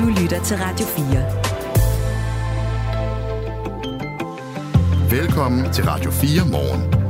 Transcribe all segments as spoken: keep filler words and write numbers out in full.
Du lytter til Radio fire. Velkommen til Radio fire Morgen.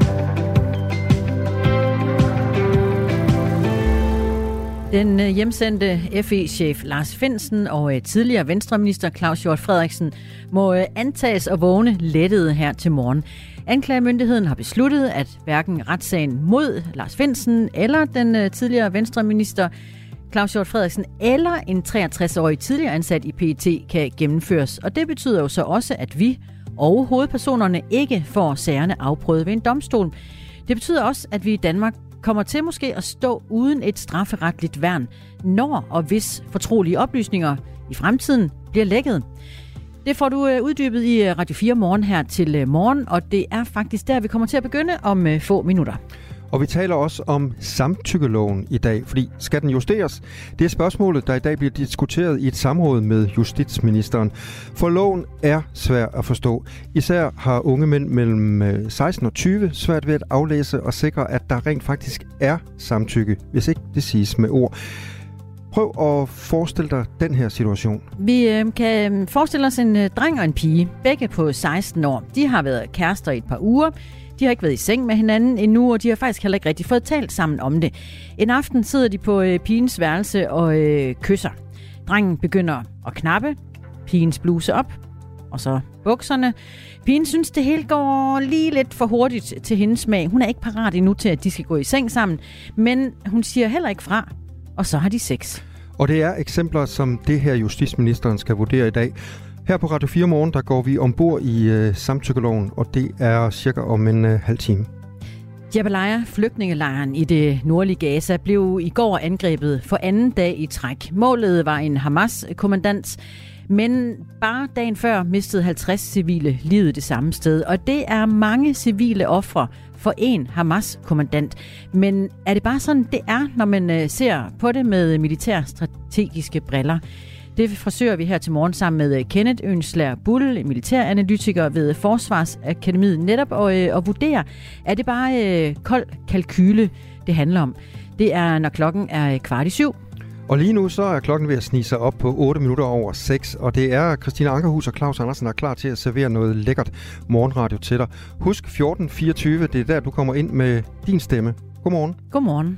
Den hjemsendte F E-chef Lars Findsen og tidligere venstreminister Claus Hjort Frederiksen må antages at vågne lettede her til morgen. Anklagemyndigheden har besluttet, at hverken retssagen mod Lars Findsen eller den tidligere venstreminister Claus Hjort Frederiksen eller en treogtres-årig tidligere ansat i P E T kan gennemføres. Og det betyder jo så også, at vi og hovedpersonerne ikke får sagerne afprøvet ved en domstol. Det betyder også, at vi i Danmark kommer til måske at stå uden et strafferetligt værn, når og hvis fortrolige oplysninger i fremtiden bliver lækket. Det får du uddybet i Radio fire Morgen her til morgen, og det er faktisk der, vi kommer til at begynde om få minutter. Og vi taler også om samtykkeloven i dag, fordi skal den justeres? Det er spørgsmålet, der i dag bliver diskuteret i et samråd med justitsministeren. For loven er svær at forstå. Især har unge mænd mellem seksten og tyve svært ved at aflæse og sikre, at der rent faktisk er samtykke, hvis ikke det siges med ord. Prøv at forestille dig den her situation. Vi øh, kan forestille os en øh, dreng og en pige, begge på seksten år. De har været kærester i et par uger. De har ikke været i seng med hinanden endnu, og de har faktisk heller ikke rigtig fået talt sammen om det. En aften sidder de på øh, pigens værelse og øh, kysser. Drengen begynder at knappe pigens bluse op, og så bukserne. Pigen synes, det hele går lige lidt for hurtigt til hendes smag. Hun er ikke parat endnu til, at de skal gå i seng sammen, men hun siger heller ikke fra, og så har de sex. Og det er eksempler, som det her justitsministeren skal vurdere i dag. Her på Radio fire Morgen, der går vi ombord i øh, samtykkeloven, og det er cirka om en øh, halv time. Jabalia, flygtningelejren i det nordlige Gaza, blev i går angrebet for anden dag i træk. Målet var en Hamas-kommandant, men bare dagen før mistede halvtreds civile livet det samme sted. Og det er mange civile ofre for en Hamas-kommandant. Men er det bare sådan, det er, når man øh, ser på det med militærstrategiske briller? Det forsøger vi her til morgen sammen med Kenneth Ønslager Bull, militæranalytiker ved Forsvarsakademiet, netop at, øh, at vurdere, er det bare øh, kold kalkyle, det handler om. Det er, når klokken er kvart i syv. Og lige nu så er klokken ved at snige sig op på otte minutter over seks, og det er Christina Ankerhus og Claus Andersen, der er klar til at servere noget lækkert morgenradio til dig. Husk fjorten fireogtyve, det er der, du kommer ind med din stemme. Godmorgen. Godmorgen.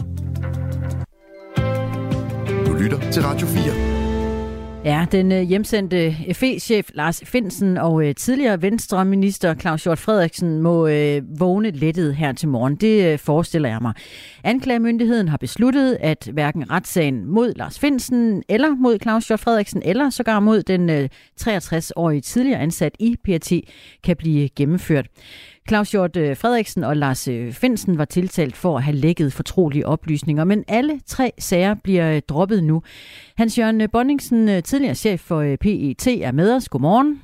Du lytter til Radio fire. Ja, den hjemsendte F E-chef Lars Findsen og øh, tidligere venstreminister Claus Hjort Frederiksen må øh, vågne lettet her til morgen. Det øh, forestiller jeg mig. Anklagemyndigheden har besluttet, at hverken retssagen mod Lars Findsen eller mod Claus Hjort Frederiksen eller sågar mod den øh, treogtres-årige tidligere ansat i P E T kan blive gennemført. Claus Hjort Frederiksen og Lars Findsen var tiltalt for at have lækket fortrolige oplysninger, men alle tre sager bliver droppet nu. Hans Jørgen Bonningsen, tidligere chef for P E T, er med os. Godmorgen.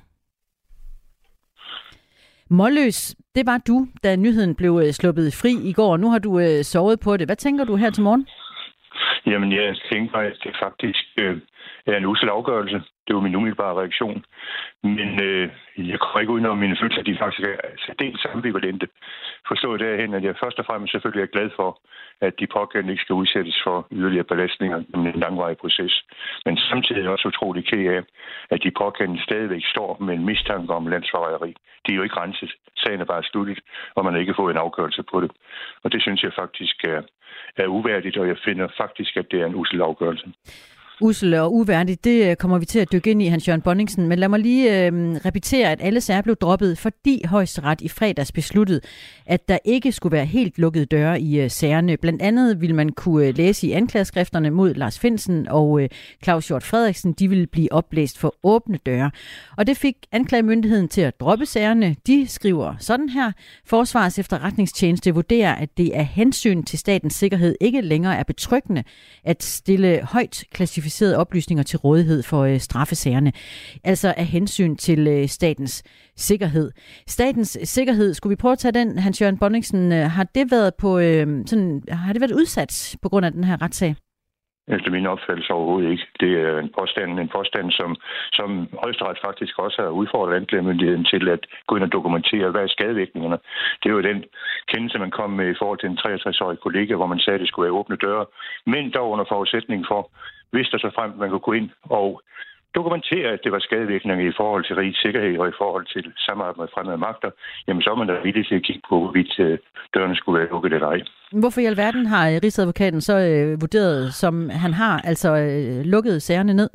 Målløs, det var du, da nyheden blev sluppet fri i går. Nu har du øh, sovet på det. Hvad tænker du her til morgen? Jamen, jeg tænker, at det faktisk øh, er en usel afgørelse. Det var min umiddelbare reaktion. Men øh, jeg kommer ikke udenom mine følelser, at de faktisk er særdeles ambivalente. Forstået derhen, at jeg først og fremmest selvfølgelig er glad for, at de pågældende ikke skal udsættes for yderligere belastninger i en langvarig proces. Men samtidig er også utrolig ked af, at de pågældende stadigvæk står med en mistanke om landsforræderi. De er jo ikke renset. Sagen er bare sluttet, og man har ikke fået en afgørelse på det. Og det synes jeg faktisk er, er uværdigt, og jeg finder faktisk, at det er en usel afgørelse. Usel og uværdigt, det kommer vi til at dykke ind i, Hans Jørgen Bonningsen. Men lad mig lige øh, repetere, at alle sager blev droppet, fordi Højesteret i fredags besluttede, at der ikke skulle være helt lukkede døre i øh, sagerne. Blandt andet ville man kunne øh, læse i anklageskrifterne mod Lars Findsen og øh, Claus Hjort Frederiksen, de ville blive oplæst for åbne døre. Og det fik anklagemyndigheden til at droppe sagerne. De skriver sådan her: Forsvarets efterretningstjeneste vurderer, at det af hensyn til statens sikkerhed ikke længere er betryggende at stille højt klassificerede oplysninger til rådighed for øh, straffesagerne. Altså af hensyn til øh, statens sikkerhed. Statens sikkerhed, skulle vi prøve at tage den, Hans Jørgen Bonningsen, øh, har det været på øh, sådan, har det været udsat på grund af den her retssag? Efter min opfattelse overhovedet ikke. Det er en påstand, en påstand som, som Højesteret faktisk også har udfordret anklagemyndigheden til at gå ind og dokumentere, hvad er skadevirkningerne. Det er jo den kendelse, man kom med i forhold til en treogtres-årig kollega, hvor man sagde, at det skulle være åbne døre, men dog under forudsætning for, hvis der så frem man kunne gå ind og dokumentere, at det var skadevirkninger i forhold til rigets sikkerhed og i forhold til samarbejde med fremmede magter, jamen så er man da villig til at kigge på, hvorvidt dørene skulle være lukket eller ej. Hvorfor i alverden har Rigsadvokaten så øh, vurderet, som han har, altså øh, lukket sagerne ned?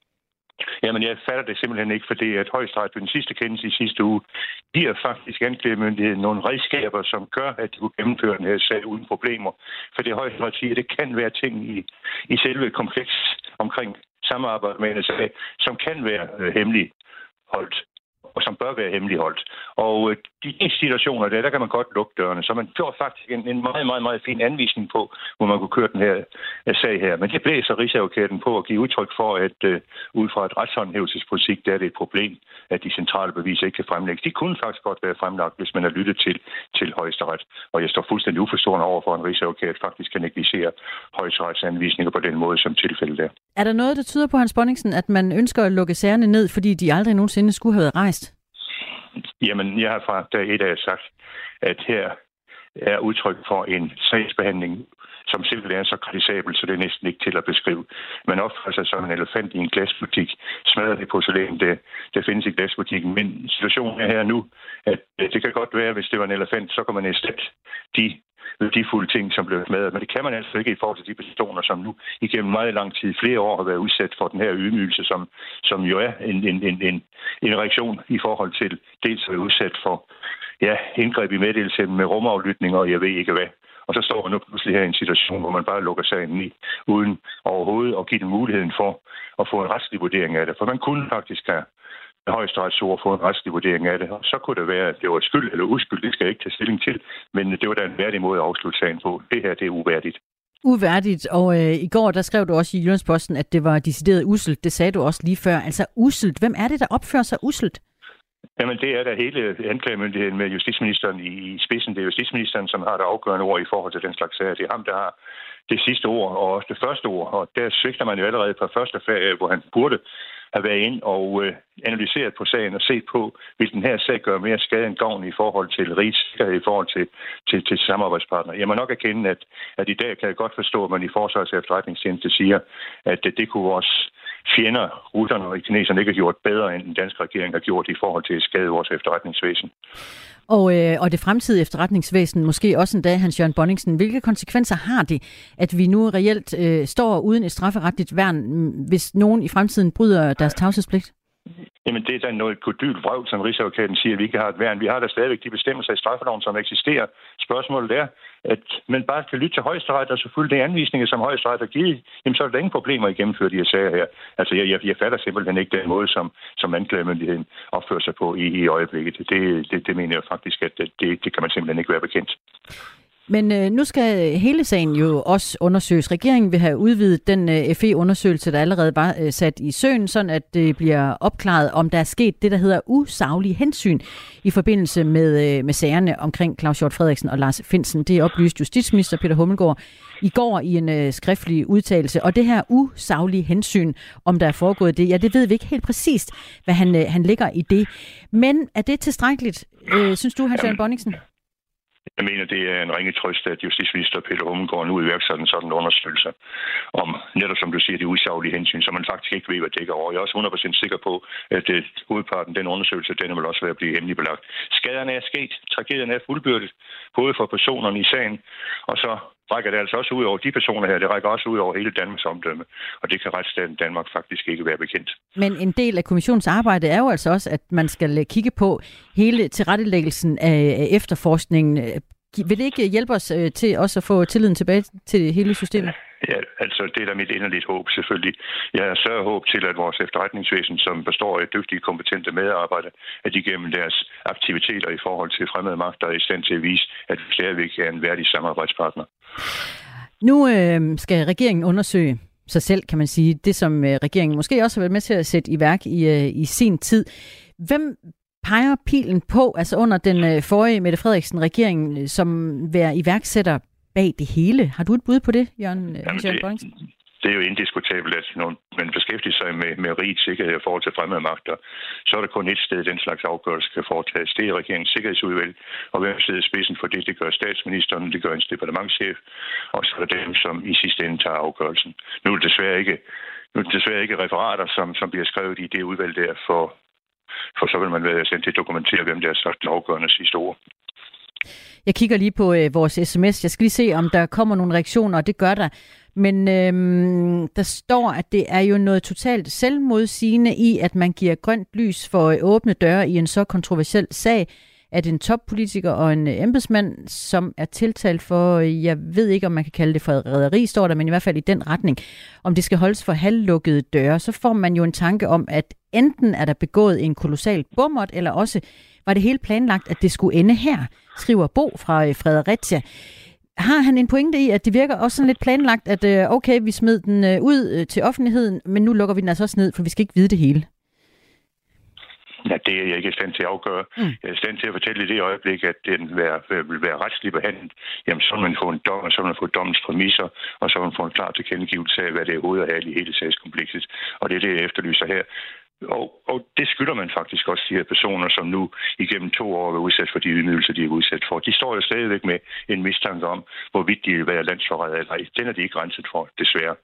Jamen, jeg fatter det simpelthen ikke, fordi at Højesteret ved den sidste kendelse i sidste uge giver faktisk anklagemyndigheden nogle redskaber, som gør, at de kunne gennemføre den her sag uden problemer. For det Højesteret siger, at det kan være ting i, i selve kompleks omkring samarbejde med en sag, som kan være øh, hemmeligholdt, og som bør være hemmeligholdt. Og øh, de situationer der, der kan man godt lukke dørene. Så man gjorde faktisk en, en meget, meget, meget fin anvisning på, hvor man kunne køre den her uh, sag her. Men det blæser Rigsadvokaten på at give udtryk for, at uh, ud fra et retshåndhævelsespolitik, der er det et problem, at de centrale beviser ikke kan fremlægges. De kunne faktisk godt være fremlagt, hvis man har lyttet til, til Højesteret. Og jeg står fuldstændig uforstående over for, en Rigsadvokat faktisk kan negligere Højesterets anvisninger på den måde, som tilfældet er. Er der noget, der tyder på, Hans Bonniksen, at man ønsker at lukke sagerne ned, fordi de aldrig nogensinde skulle have været rejst? Jamen, jeg har fra dag et af sagt, at her er udtryk for en sagsbehandling, som simpelthen er så kritisabel, så det er næsten ikke til at beskrive. Man opfører sig som en elefant i en glasbutik, smadrer det porcelæn, det, det findes i glasbutikken. Men situationen er her nu, at det kan godt være, hvis det var en elefant, så kan man erstatte de værdifulde ting, som blev smadret. Men det kan man altså ikke i forhold til de personer, som nu igennem meget lang tid, flere år, har været udsat for den her ydmygelse, som, som jo er en, en, en, en, en reaktion i forhold til dels at være udsat for ja, indgreb i meddelelse med rumaflytning, og jeg ved ikke hvad. Og så står man nu pludselig her i en situation, hvor man bare lukker sagen i, uden overhovedet at give dem muligheden for at få en retslig vurdering af det. For man kunne faktisk have Højesteretsord få en retslig vurdering af det. Og så kunne det være, at det var skyld eller uskyld, det skal jeg ikke tage stilling til. Men det var da en værdig måde at afslutte sagen på. Det her, det er uværdigt. Uværdigt, og øh, i går, der skrev du også i Jyllandsposten, at det var decideret usselt. Det sagde du også lige før. Altså usselt. Hvem er det, der opfører sig usselt? Jamen, det er da hele anklagemyndigheden med justitsministeren i spidsen. Det er justitsministeren, som har det afgørende ord i forhold til den slags sager. Det er ham, der har det sidste ord og også det første ord. Og der svigter man jo allerede på første ferie, hvor han burde have været ind og øh, analyseret på sagen og set på, vil den her sag gøre mere skade end gavn i forhold til rigets sikkerhed, i forhold til, til, til samarbejdspartnere. Jeg må nok erkende, at, at i dag kan jeg godt forstå, at man i Forsvars efterretningstjeneste siger, at det, det kunne vores fjender, russerne og kineserne ikke har gjort bedre, end den danske regering har gjort i forhold til at skade vores efterretningsvæsen. Og, øh, og det fremtidige efterretningsvæsen, måske også en dag, Hans Jørgen Bonniksen, hvilke konsekvenser har det, at vi nu reelt øh, står uden et strafferetligt værn, hvis nogen i fremtiden bryder deres tavshedspligt? Jamen, det er da noget kodyl vrøvl, som Rigsadvokaten siger, at vi ikke har et værn. Vi har da stadigvæk de bestemmelser i straffeloven, som eksisterer. Spørgsmålet er, at man bare kan lytte til Højesteret og selvfølgelig de anvisninger, som Højesteret har givet. Jamen, så er der ingen problemer i at gennemføre de her sager her. Altså, jeg, jeg, jeg fatter simpelthen ikke den måde, som, som anklagemyndigheden opfører sig på i, i øjeblikket. Det, det, det mener jeg faktisk, at det, det kan man simpelthen ikke være bekendt. Men øh, nu skal hele sagen jo også undersøges. Regeringen vil have udvidet den øh, F E-undersøgelse, der allerede var øh, sat i søen, sådan at det bliver opklaret, om der er sket det, der hedder usaglige hensyn i forbindelse med, øh, med sagerne omkring Claus Hjort Frederiksen og Lars Findsen. Det oplyste justitsminister Peter Hummelgaard i går i en øh, skriftlig udtalelse. Og det her usaglige hensyn, om der er foregået det, ja, det ved vi ikke helt præcist, hvad han, øh, han lægger i det. Men er det tilstrækkeligt, øh, synes du, Hans Jørgen Bonniksen? Jeg mener, det er en ringe trøst, at justitsminister Peter Hummelgaard nu iværksætter en sådan undersøgelse om, netop som du siger, de usaglige hensyn, som man faktisk ikke ved, hvad det dækker over. Jeg er også hundrede procent sikker på, at det, hovedparten den undersøgelse, den vil også være at blive hemmelig belagt. Skaderne er sket, tragedien er fuldbyrdet, både for personerne i sagen, og så rækker det altså også ud over de personer her, det rækker også ud over hele Danmarks omdømme, og det kan retsstaten Danmark faktisk ikke være bekendt. Men en del af kommissionens arbejde er jo altså også, at man skal kigge på hele tilrettelæggelsen af efterforskningen. Vil det ikke hjælpe os til også at få tilliden tilbage til hele systemet? Ja, altså det er da mit inderligt håb selvfølgelig. Jeg har større håb til, at vores efterretningsvæsen, som består af dygtige, kompetente medarbejdere, at de gennem deres aktiviteter i forhold til fremmede magter er i stand til at vise, at vi stadigvæk er en værdig samarbejdspartner. Nu øh, skal regeringen undersøge sig selv, kan man sige, det som øh, regeringen måske også har været med til at sætte i værk i, øh, i sin tid. Hvem peger pilen på, altså under den øh, forrige Mette Frederiksen-regering, øh, som være iværksætter bag det hele? Har du et bud på det, Jørgen, Jamen, Jørgen Bonniksen? Det er jo indiskutabelt, at når man beskæftiger sig med, med rigets sikkerhed i forhold til fremmede magter, så er der kun et sted, den slags afgørelse kan foretages. Det er regeringens sikkerhedsudvalg, og hvem sidder i spidsen for det, det gør statsministeren, det gør en departementschef, og så er der dem, som i sidste ende tager afgørelsen. Nu er det desværre ikke, nu er det desværre ikke referater, som, som bliver skrevet i det udvalg der, for, for så vil man være sendt til at dokumentere, hvem der har sagt den afgørende sidste ord. Jeg kigger lige på øh, vores sms. Jeg skal lige se, om der kommer nogle reaktioner, og det gør der. Men øhm, der står, at det er jo noget totalt selvmodsigende i, at man giver grønt lys for åbne døre i en så kontroversiel sag, at en toppolitiker og en embedsmand, som er tiltalt for, jeg ved ikke, om man kan kalde det forræderi, står der, men i hvert fald i den retning, om det skal holdes for halvlukkede døre, så får man jo en tanke om, at enten er der begået en kolossal bummert, eller også var det helt planlagt, at det skulle ende her, skriver Bo fra Fredericia. Har han en pointe i, at det virker også sådan lidt planlagt, at okay, vi smed den ud til offentligheden, men nu lukker vi den altså også ned, for vi skal ikke vide det hele? Ja, det er jeg ikke i stand til at afgøre. Mm. Jeg er i stand til at fortælle i det øjeblik, at den vil være, vil være retslig behandlet. Jamen, så vil man få en dom, og så vil man få dommens præmisser, og så vil man få en klar tilkendegivelse af, hvad det er hovedet af i hele sagskomplekset. Og det er det, jeg efterlyser her. Og, og det skylder man faktisk også de her personer, som nu igennem to år er udsat for de ydmygelser, de er udsat for. De står jo stadigvæk med en mistanke om, hvorvidt de vil være landsforrædere eller ej. Den er de ikke renset for, desværre.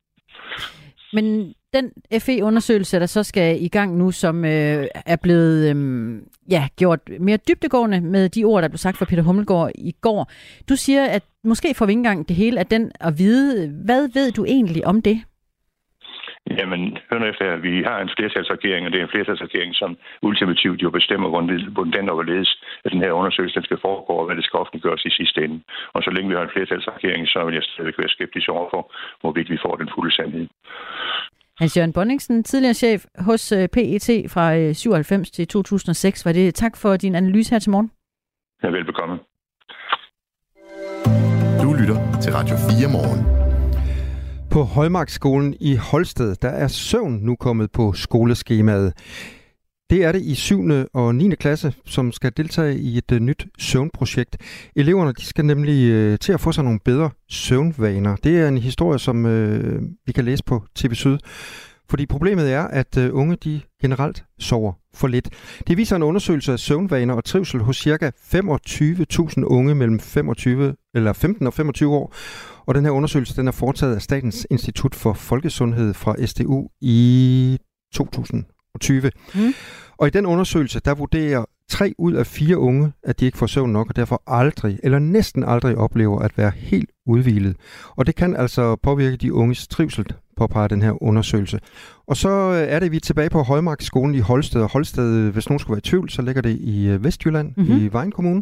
Men den F E-undersøgelse, der så skal i gang nu, som øh, er blevet øh, ja, gjort mere dybdegående med de ord, der blev sagt fra Peter Hummelgaard i går. Du siger, at måske får vi ikke engang det hele af den at vide. Hvad ved du egentlig om det? Jamen, hør nu efter, vi har en flertalsregering, og det er en flertalsregering, som ultimativt jo bestemmer, hvordan og hvorledes at den her undersøgelse den skal foregå, og hvad det skal offentliggøres i sidste ende. Og så længe vi har en flertalsregering, så vil jeg stadigvæk være skeptisk overfor, hvorvidt vi får den fulde sandhed. Hans Jørgen Bonningsen, tidligere chef hos P E T fra syvoghalvfems til to tusind og seks. Var det tak for din analyse her til morgen? Ja, velbekomme. Du lytter til Radio fire Morgen. På Højmarksskolen i Holsted, der er søvn nu kommet på skoleskemaet. Det er det i syvende og niende klasse, som skal deltage i et uh, nyt søvnprojekt. Eleverne de skal nemlig uh, til at få sig nogle bedre søvnvaner. Det er en historie, som uh, vi kan læse på T V Syd. Fordi problemet er, at uh, unge de generelt sover for lidt. Det viser en undersøgelse af søvnvaner og trivsel hos ca. femogtyve tusind unge mellem femogtyve, eller femten og femogtyve år. Og den her undersøgelse den er foretaget af Statens Institut for Folkesundhed fra S D U i to tusind og tyve. Mm. Og i den undersøgelse, der vurderer tre ud af fire unge, at de ikke får søvn nok, og derfor aldrig, eller næsten aldrig oplever at være helt udhvilet. Og det kan altså påvirke de unges trivsel, påpeger den her undersøgelse. Og så er det, vi er tilbage på Højmarksskolen i Holsted. Og Holsted, hvis nogen skulle være i tvivl, så ligger det i Vestjylland, mm-hmm. i Vejen Kommune.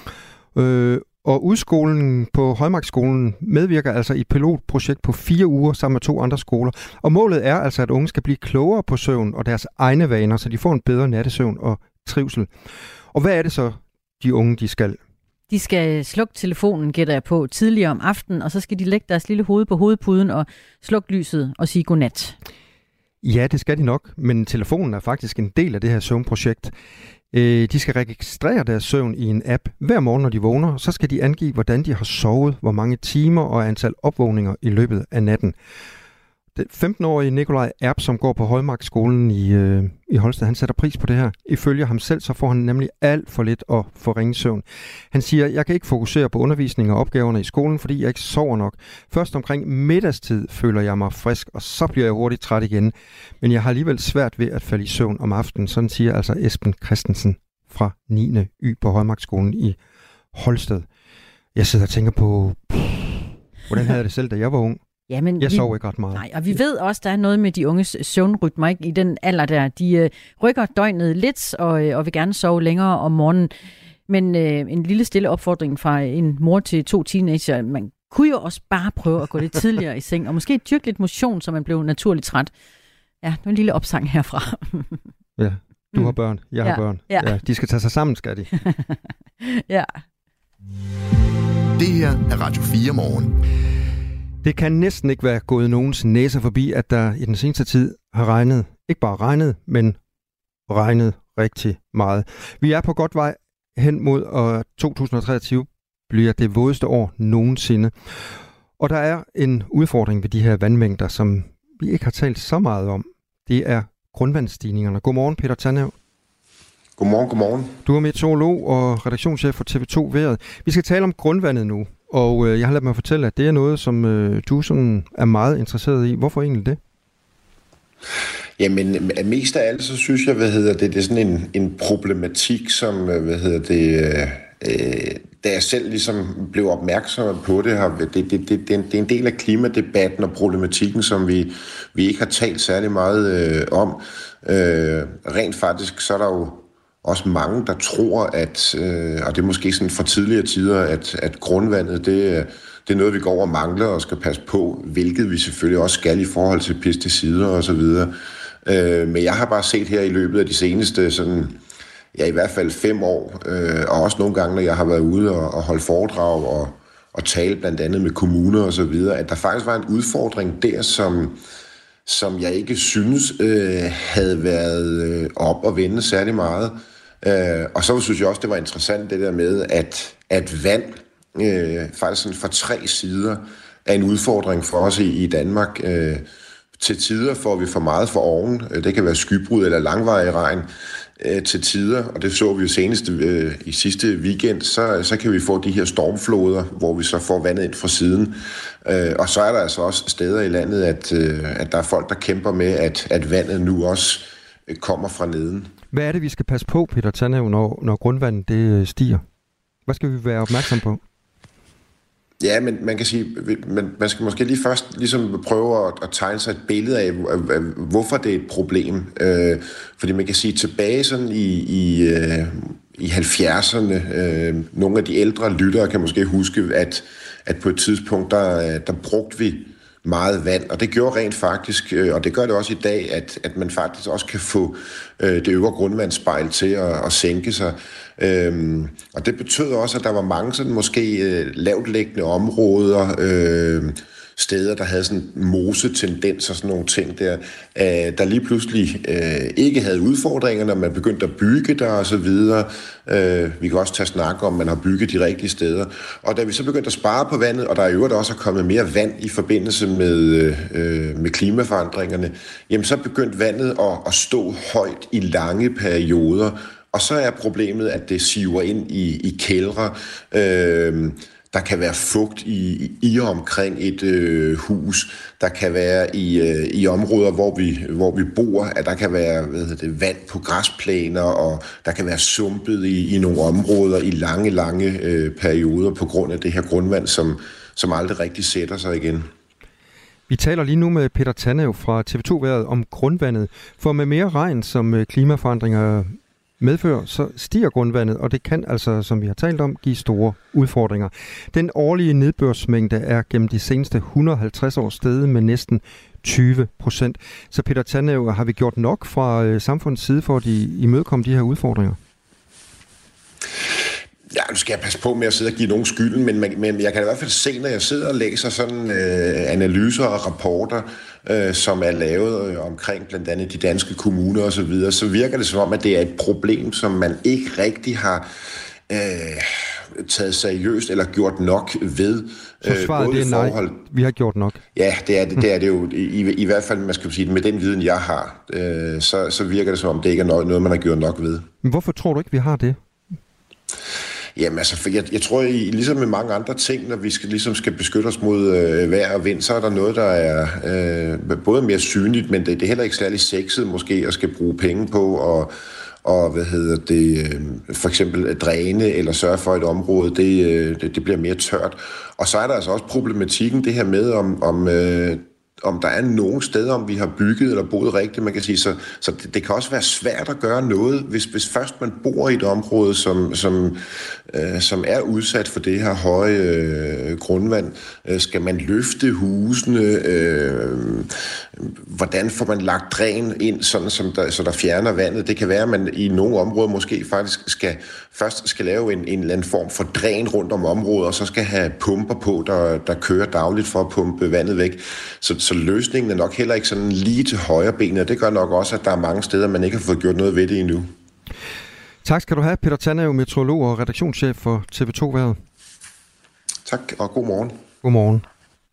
Øh, Og udskolen på Højmarksskolen medvirker altså i et pilotprojekt på fire uger sammen med to andre skoler. Og målet er altså, at unge skal blive klogere på søvn og deres egne vaner, så de får en bedre nattesøvn og trivsel. Og hvad er det så, de unge de skal? De skal slukke telefonen, gætter jeg på, tidligere om aftenen, og så skal de lægge deres lille hoved på hovedpuden og slukke lyset og sige godnat. Ja, det skal de nok, men telefonen er faktisk en del af det her søvnprojekt. De skal registrere deres søvn i en app hver morgen, når de vågner. Så skal de angive, hvordan de har sovet, hvor mange timer og antal opvågninger i løbet af natten. Den femten-årige Nikolaj Erb, som går på Højmarksskolen i, øh, i Holsted, han sætter pris på det her. Ifølge ham selv, så får han nemlig alt for lidt og for ringe søvn. Han siger, jeg kan ikke fokusere på undervisning og opgaverne i skolen, fordi jeg ikke sover nok. Først omkring middagstid føler jeg mig frisk, og så bliver jeg hurtigt træt igen. Men jeg har alligevel svært ved at falde i søvn om aftenen. Sådan siger altså Esben Christensen fra niende Y på Højmarksskolen i Holsted. Jeg sidder og tænker på, pff, hvordan havde jeg det selv, da jeg var ung? Jamen, jeg vi, sover ikke ret meget. Nej, og vi ved også, der er noget med de unges søvnrytmer, ikke? I den alder der. De øh, rykker døgnet lidt og, øh, og vil gerne sove længere om morgenen. Men øh, en lille stille opfordring fra en mor til to teenager. Man kunne jo også bare prøve at gå lidt tidligere i seng, og måske dyrke lidt motion, så man blev naturligt træt. Ja, det var en lille opsang herfra. Ja, du har børn, jeg har ja, børn. Ja. Ja, de skal tage sig sammen, skal de. Ja. Det her er Radio fire Morgen. Det kan næsten ikke være gået nogens næse forbi, at der i den seneste tid har regnet, ikke bare regnet, men regnet rigtig meget. Vi er på godt vej hen mod, og to tusind og treogtyve bliver det vådeste år nogensinde. Og der er en udfordring ved de her vandmængder, som vi ikke har talt så meget om. Det er grundvandsstigningerne. Godmorgen, Peter Tannev. Godmorgen, godmorgen. Du er meteorolog og redaktionschef for T V to Vejret. Vi skal tale om grundvandet nu, og øh, jeg har ladet mig fortælle, at det er noget, som øh, du sådan er meget interesseret i. Hvorfor egentlig det? Jamen, mest af alt, så synes jeg, hvad hedder det, det er sådan en, en problematik, som, hvad hedder det, øh, da jeg selv ligesom blev opmærksom på det, har, det, det, det, det, det er en del af klimadebatten og problematikken, som vi, vi ikke har talt særlig meget øh, om. Øh, rent faktisk, så er der jo også mange, der tror, at, øh, og det er måske sådan fra tidligere tider, at, at grundvandet, det, det er noget, vi går over og mangler og skal passe på, hvilket vi selvfølgelig også skal i forhold til pesticider og så videre. Øh, men jeg har bare set her i løbet af de seneste, sådan, ja i hvert fald fem år, øh, og også nogle gange, når jeg har været ude og, og holde foredrag og, og tale blandt andet med kommuner og så videre, at der faktisk var en udfordring der, som, som jeg ikke synes øh, havde været øh, op og vende særlig meget. Øh, og så synes jeg også, det var interessant det der med, at, at vand øh, faktisk sådan fra tre sider er en udfordring for os i, i Danmark. Øh, til tider får vi for meget for oven. Det kan være skybrud eller langvarig regn. Øh, til tider, og det så vi jo senest øh, i sidste weekend, så, så kan vi få de her stormfloder, hvor vi så får vandet ind fra siden. Øh, og så er der altså også steder i landet, at, øh, at der er folk, der kæmper med, at, at vandet nu også øh, kommer fra neden. Hvad er det, vi skal passe på, Peter Tannev, når, når grundvandet det stiger? Hvad skal vi være opmærksom på? Ja, men man kan sige, man, man skal måske lige først ligesom prøve at, at tegne sig et billede af, hvorfor det er et problem. Øh, fordi man kan sige, tilbage sådan i, i, øh, i halvfjerdserne, øh, nogle af de ældre lyttere kan måske huske, at, at på et tidspunkt, der, der brugte vi meget vand, og det gjorde rent faktisk, og det gør det også i dag, at, at man faktisk også kan få øh, det øvre grundvandsspejl til at, at sænke sig. Øhm, og det betød også, at der var mange sådan måske øh, lavtliggende områder, øh, steder, der havde sådan mosetendens og sådan nogle ting der, øh, der lige pludselig øh, ikke havde udfordringer, når man begyndte at bygge der og så videre. Øh, vi kan også tage snak om, at man har bygget de rigtige steder. Og da vi så begyndte at spare på vandet, og der i øvrigt også er kommet mere vand i forbindelse med, øh, med klimaforandringerne, jamen så begyndte vandet at, at stå højt i lange perioder. Og så er problemet, at det siver ind i, i kældre. Øh, Der kan være fugt i, i og omkring et øh, hus. Der kan være i, øh, i områder, hvor vi, hvor vi bor, at der kan være hvad hedder det, vand på græsplæner, og der kan være sumpet i, i nogle områder i lange, lange øh, perioder på grund af det her grundvand, som, som aldrig rigtig sætter sig igen. Vi taler lige nu med Peter Tannev fra T V to Vejret om grundvandet. For med mere regn, som klimaforandringer medfører, så stiger grundvandet, og det kan altså, som vi har talt om, give store udfordringer. Den årlige nedbørsmængde er gennem de seneste et hundrede og halvtreds år steget med næsten tyve procent. Så Peter Tannev, har vi gjort nok fra øh, samfundets side for at imødekomme de her udfordringer? Ja, nu skal jeg passe på med at sidde og give nogen skylden, men, men jeg kan i hvert fald se, når jeg sidder og læser sådan øh, analyser og rapporter, øh, som er lavet øh, omkring blandt andet de danske kommuner og så videre, så virker det som om, at det er et problem, som man ikke rigtig har øh, taget seriøst eller gjort nok ved. Så svaret det er nej, forhold... vi har gjort nok. Ja, det er det, det, er det jo. I, I hvert fald, man skal sige, med den viden, jeg har, øh, så, så virker det som om, det ikke er noget, man har gjort nok ved. Men hvorfor tror du ikke, vi har det? Jamen altså, for jeg, jeg tror, I, ligesom med mange andre ting, når vi skal, ligesom skal beskytte os mod øh, vejr og vind, så er der noget, der er øh, både mere synligt, men det, det er heller ikke særlig sexet måske at skal bruge penge på og, og hvad hedder det, øh, for eksempel at dræne eller sørge for et område, det, øh, det, det bliver mere tørt. Og så er der altså også problematikken, det her med, om, om øh, om der er nogle steder, om vi har bygget eller boet rigtigt, man kan sige. Så, så det, det kan også være svært at gøre noget, hvis, hvis først man bor i et område, som, som, øh, som er udsat for det her høje øh, grundvand. Øh, skal man løfte husene? Øh, hvordan får man lagt dræn ind, sådan, som der, så der fjerner vandet? Det kan være, at man i nogle områder måske faktisk skal, først skal lave en, en eller anden form for dræn rundt om området, og så skal have pumper på, der, der kører dagligt for at pumpe vandet væk. Så Så løsningen er nok heller ikke sådan lige til højre benet, og det gør nok også, at der er mange steder, man ikke har fået gjort noget ved det endnu. Tak skal du have, Peter Tannev, meteorolog og redaktionschef for T V to Vejret. Tak, og god morgen. God morgen.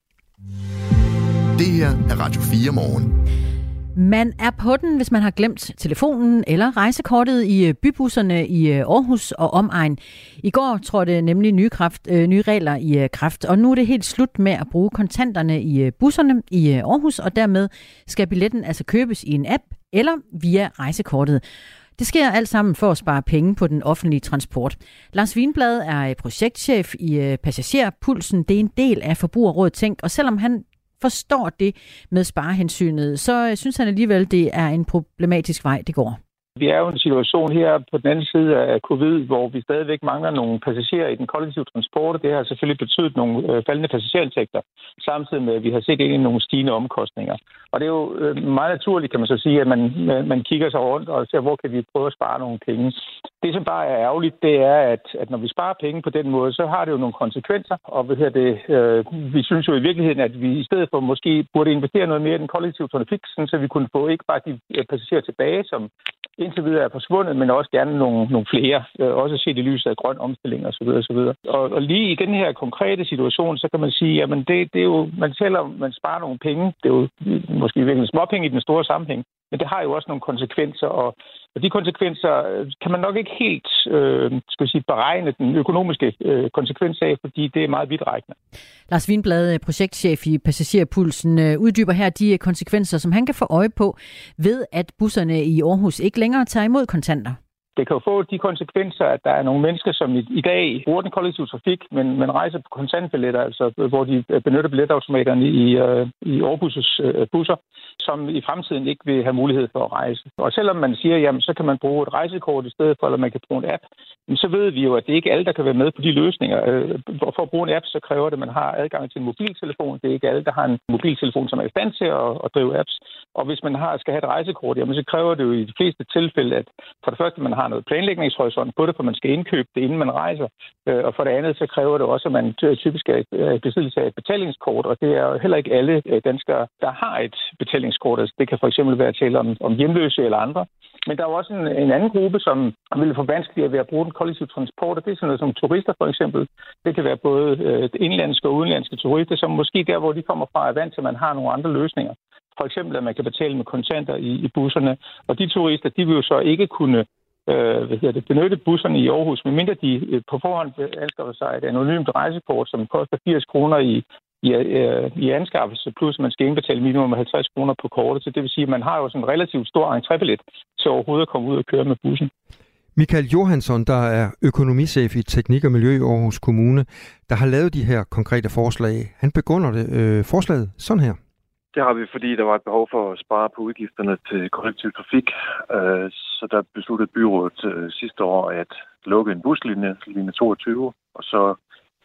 Det her er Radio fire morgen. Man er på den, hvis man har glemt telefonen eller rejsekortet i bybusserne i Aarhus og omegn. I går trådte nemlig nye, kraft, øh, nye regler i kraft, og nu er det helt slut med at bruge kontanterne i busserne i Aarhus, og dermed skal billetten altså købes i en app eller via rejsekortet. Det sker alt sammen for at spare penge på den offentlige transport. Lars Wienblad er projektchef i Passagerpulsen. Det er en del af Forbrugerrådet Tænk, og selvom han forstår det med sparehensynet, så synes han alligevel, det er en problematisk vej, det går. Vi er jo i en situation her på den anden side af covid, hvor vi stadigvæk mangler nogle passagerer i den kollektive transport, og det har selvfølgelig betydet nogle øh, faldende passagerindtægter, samtidig med, at vi har set ind i nogle stigende omkostninger. Og det er jo øh, meget naturligt, kan man så sige, at man, man kigger sig rundt og ser, hvor kan vi prøve at spare nogle penge. Det, som bare er ærgerligt, det er, at, at når vi sparer penge på den måde, så har det jo nogle konsekvenser. Og hvad her det, øh, vi synes jo i virkeligheden, at vi i stedet for måske burde investere noget mere i den kollektive trafik, så vi kunne få ikke bare de passagerer tilbage, som indtil videre er forsvundet, men også gerne nogle, nogle flere, øh, også set i lyset af grøn omstilling osv. osv. Og, og lige i den her konkrete situation, så kan man sige, at det, det er jo, man selvom man sparer nogle penge, det er jo måske virkelig småpenge i den store sammenhæng, men det har jo også nogle konsekvenser, og, og de konsekvenser kan man nok ikke helt øh, skal sige, beregne den økonomiske øh, konsekvens af, fordi det er meget vidtrækkende. Lars Wienblad, projektchef i Passagerpulsen, uddyber her de konsekvenser, som han kan få øje på ved, at busserne i Aarhus ikke længere tager imod kontanter. Det kan jo få de konsekvenser, at der er nogle mennesker, som i, i dag bruger den kollektive trafik, men, men rejser på kontantbilletter, altså hvor de benytter billetautomaterne i, øh, i Aarhus' øh, busser, som i fremtiden ikke vil have mulighed for at rejse. Og selvom man siger, jamen så kan man bruge et rejsekort i stedet for, eller man kan bruge en app, så ved vi jo, at det ikke er alle, der kan være med på de løsninger. For at bruge en app, så kræver det, at man har adgang til en mobiltelefon. Det er ikke alle, der har en mobiltelefon, som er i stand til at, at drive apps. Og hvis man har, skal have et rejsekort, jamen så kræver det jo i de fleste tilfælde, at for det første, man har noget planlægningshorisont på det, for man skal indkøbe det, inden man rejser. Og for det andet, så kræver det også, at man typisk er i besiddelse af et betalingskort, og det er jo heller ikke alle danskere, der har et betalingskort. Altså, det kan for eksempel være tale om, om hjemløse eller andre. Men der er jo også en, en anden gruppe, som vil få vanskeligere ved at bruge den kollektive transport, og det er sådan noget som turister for eksempel. Det kan være både øh, indlandske og udenlandske turister, som måske der, hvor de kommer fra, er vant til, at man har nogle andre løsninger. For eksempel, at man kan betale med kontanter i, i busserne. Og de turister, de vil jo så ikke kunne øh, hvad hedder det, benytte busserne i Aarhus, medmindre de øh, på forhånd anskaffer sig et anonymt rejsekort, som koster firs kroner i I, øh, i anskaffelse, plus man skal indbetale minimum halvtreds kroner på kortet. Så det vil sige, at man har jo sådan en relativt stor entrébillet til overhovedet at komme ud og køre med bussen. Michael Johansson, der er økonomichef i Teknik og Miljø i Aarhus Kommune, der har lavet de her konkrete forslag. Han begrunder det øh, forslaget sådan her. Det har vi, fordi der var et behov for at spare på udgifterne til kollektiv trafik. Øh, så der besluttede byrådet øh, sidste år at lukke en buslinje, linje toogtyve, og så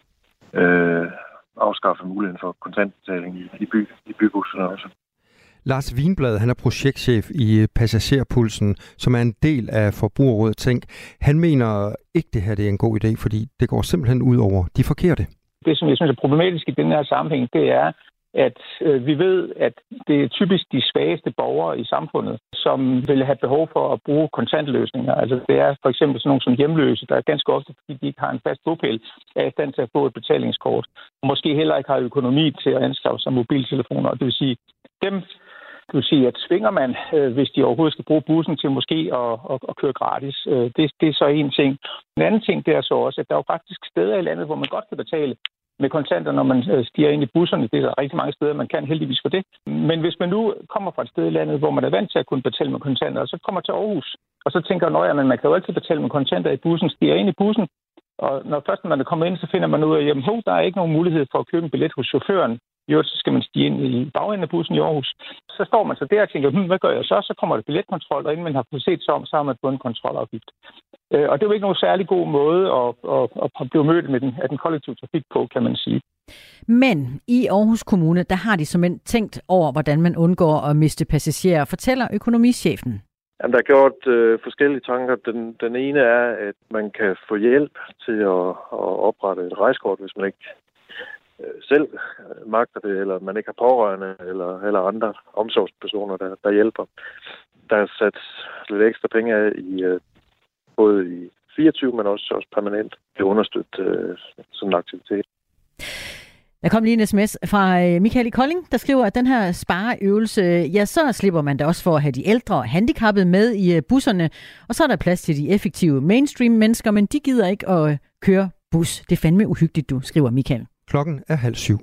øh, afskaffe muligheden for kontantbetaling i, by, i bybusserne også. Lars Wienblad, han er projektchef i Passagerpulsen, som er en del af Forbrugerrådet Tænk. Han mener ikke, det her det er en god idé, fordi det går simpelthen ud over de forkerte. Det, som jeg synes er problematisk i den her sammenhæng, det er, at øh, vi ved, at det er typisk de svageste borgere i samfundet, som vil have behov for at bruge kontantløsninger. Altså det er for eksempel sådan nogle som hjemløse, der er ganske ofte, fordi de ikke har en fast bopæl, er i stand til at få et betalingskort. Og måske heller ikke har økonomi til at anskaffe sig mobiltelefoner. Det vil sige, dem det vil sige, at svinger man, øh, hvis de overhovedet skal bruge bussen til måske at, at, at køre gratis. Øh, det, det er så en ting. En anden ting, det er så også, at der er jo faktisk steder i landet, hvor man godt kan betale med kontanter, når man øh, stiger ind i busserne. Det er der rigtig mange steder, man kan heldigvis for det. Men hvis man nu kommer fra et sted i landet, hvor man er vant til at kunne betale med kontanter, og så kommer til Aarhus, og så tænker man, at man kan jo altid betale med kontanter i bussen, stiger ind i bussen, og når først man er kommet ind, så finder man ud af, at ho, der er ikke nogen mulighed for at købe en billet hos chaufføren. Jo, så skal man stige ind i bagenden af bussen i Aarhus. Så står man så der og tænker, hm, hvad gør jeg så? Så kommer der billetkontrol, og inden man har fået set sig om, så har man fået en kontrolafgift. Og det er jo ikke nogen særlig god måde at, at, at blive mødt med den, af den kollektive trafik på, kan man sige. Men i Aarhus Kommune, der har de simpelthen tænkt over, hvordan man undgår at miste passagerer, fortæller økonomichefen. Jamen, der er gjort øh, forskellige tanker. Den, den ene er, at man kan få hjælp til at, at oprette et rejsekort, hvis man ikke selv magter det, eller man ikke har pårørende, eller, eller andre omsorgspersoner, der, der hjælper. Der er sat lidt ekstra penge af i både i fireogtyve, men også, også permanent til at understøtte øh, sådan en aktivitet. Der kom lige en sms fra Michael i Kolding, der skriver, at den her spareøvelse, ja, så slipper man da også for at have de ældre og handicappede med i busserne, og så er der plads til de effektive mainstream-mennesker, men de gider ikke at køre bus. Det er fandme uhyggeligt, du, skriver Michael. Klokken er halv syv.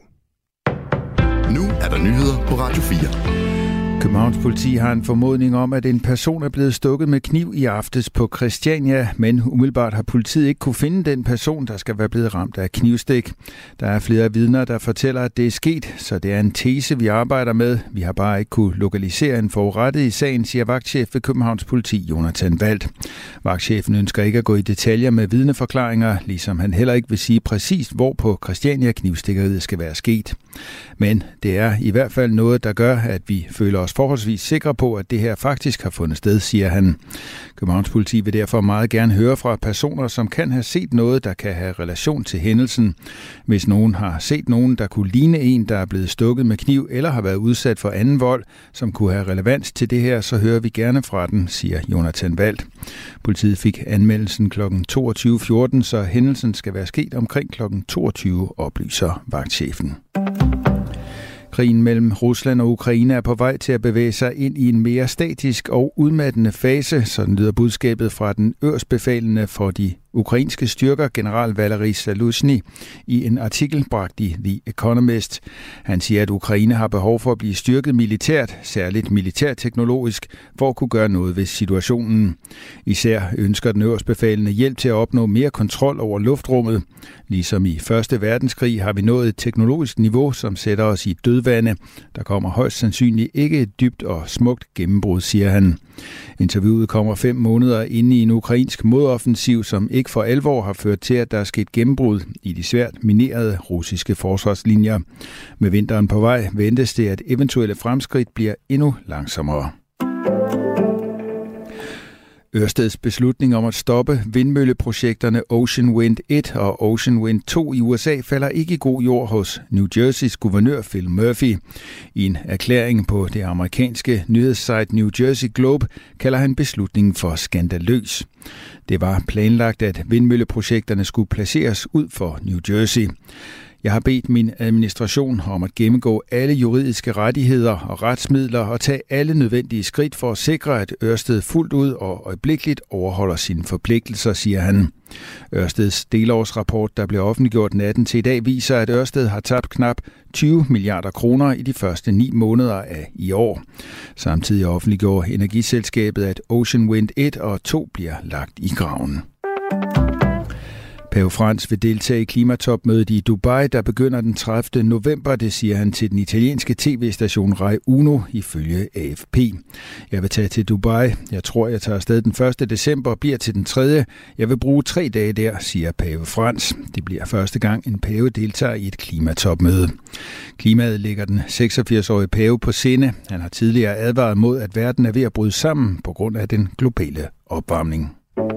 Nu er der nyheder på Radio fire. Københavns politi har en formodning om, at en person er blevet stukket med kniv i aftes på Christiania, men umiddelbart har politiet ikke kunne finde den person, der skal være blevet ramt af knivstik. Der er flere vidner, der fortæller, at det er sket, så det er en tese, vi arbejder med. Vi har bare ikke kunne lokalisere en forurettet i sagen, siger vagtchef ved Københavns politi, Jonathan Wald. Vagtchefen ønsker ikke at gå i detaljer med vidneforklaringer, ligesom han heller ikke vil sige præcist, hvor på Christiania knivstikkeriet skal være sket. Men det er i hvert fald noget, der gør, at vi føler os forholdsvis sikre på, at det her faktisk har fundet sted, siger han. Københavns politi vil derfor meget gerne høre fra personer, som kan have set noget, der kan have relation til hændelsen. Hvis nogen har set nogen, der kunne ligne en, der er blevet stukket med kniv eller har været udsat for anden vold, som kunne have relevans til det her, så hører vi gerne fra den, siger Jonathan Wald. Politiet fik anmeldelsen klokken toogtyve fjorten, så hændelsen skal være sket omkring klokken toogtyve, oplyser vagtchefen. Krigen mellem Rusland og Ukraine er på vej til at bevæge sig ind i en mere statisk og udmattende fase, sådan lyder budskabet fra den øverstbefalende for de ukrainske styrker, general Valery Zaluzhny, i en artikel bragt i The Economist. Han siger, at Ukraine har behov for at blive styrket militært, særligt militærteknologisk, for at kunne gøre noget ved situationen. Især ønsker den øverstbefalende hjælp til at opnå mere kontrol over luftrummet. Ligesom i Første Verdenskrig har vi nået et teknologisk niveau, som sætter os i dødvande. Der kommer højst sandsynligt ikke et dybt og smukt gennembrud, siger han. Interviewet kommer fem måneder inde i en ukrainsk modoffensiv, som ikke for alvor har ført til, at der er sket gennembrud i de svært minerede russiske forsvarslinjer. Med vinteren på vej ventes det, at eventuelle fremskridt bliver endnu langsommere. Ørsteds beslutning om at stoppe vindmølleprojekterne Ocean Wind et og Ocean Wind to i U S A falder ikke i god jord hos New Jerseys guvernør Phil Murphy. I en erklæring på det amerikanske nyhedssite New Jersey Globe kalder han beslutningen for skandaløs. Det var planlagt, at vindmølleprojekterne skulle placeres ud for New Jersey. Jeg har bedt min administration om at gennemgå alle juridiske rettigheder og retsmidler og tage alle nødvendige skridt for at sikre, at Ørsted fuldt ud og øjeblikkeligt overholder sine forpligtelser, siger han. Ørsteds delårsrapport, der blev offentliggjort natten til i dag, viser, at Ørsted har tabt knap tyve milliarder kroner i de første ni måneder af i år. Samtidig offentliggjorde energiselskabet, at Ocean Wind et og to bliver lagt i graven. Pave Frans vil deltage i klimatopmødet i Dubai, der begynder den tredivte november, det siger han til den italienske tv-station Rai Uno ifølge A F P. Jeg vil tage til Dubai. Jeg tror, jeg tager afsted den første december og bliver til den tredje. Jeg vil bruge tre dage der, siger Pave Frans. Det bliver første gang, en pave deltager i et klimatopmøde. Klimaet ligger den seksogfirs-årige pave på sinde. Han har tidligere advaret mod, at verden er ved at bryde sammen på grund af den globale opvarmning.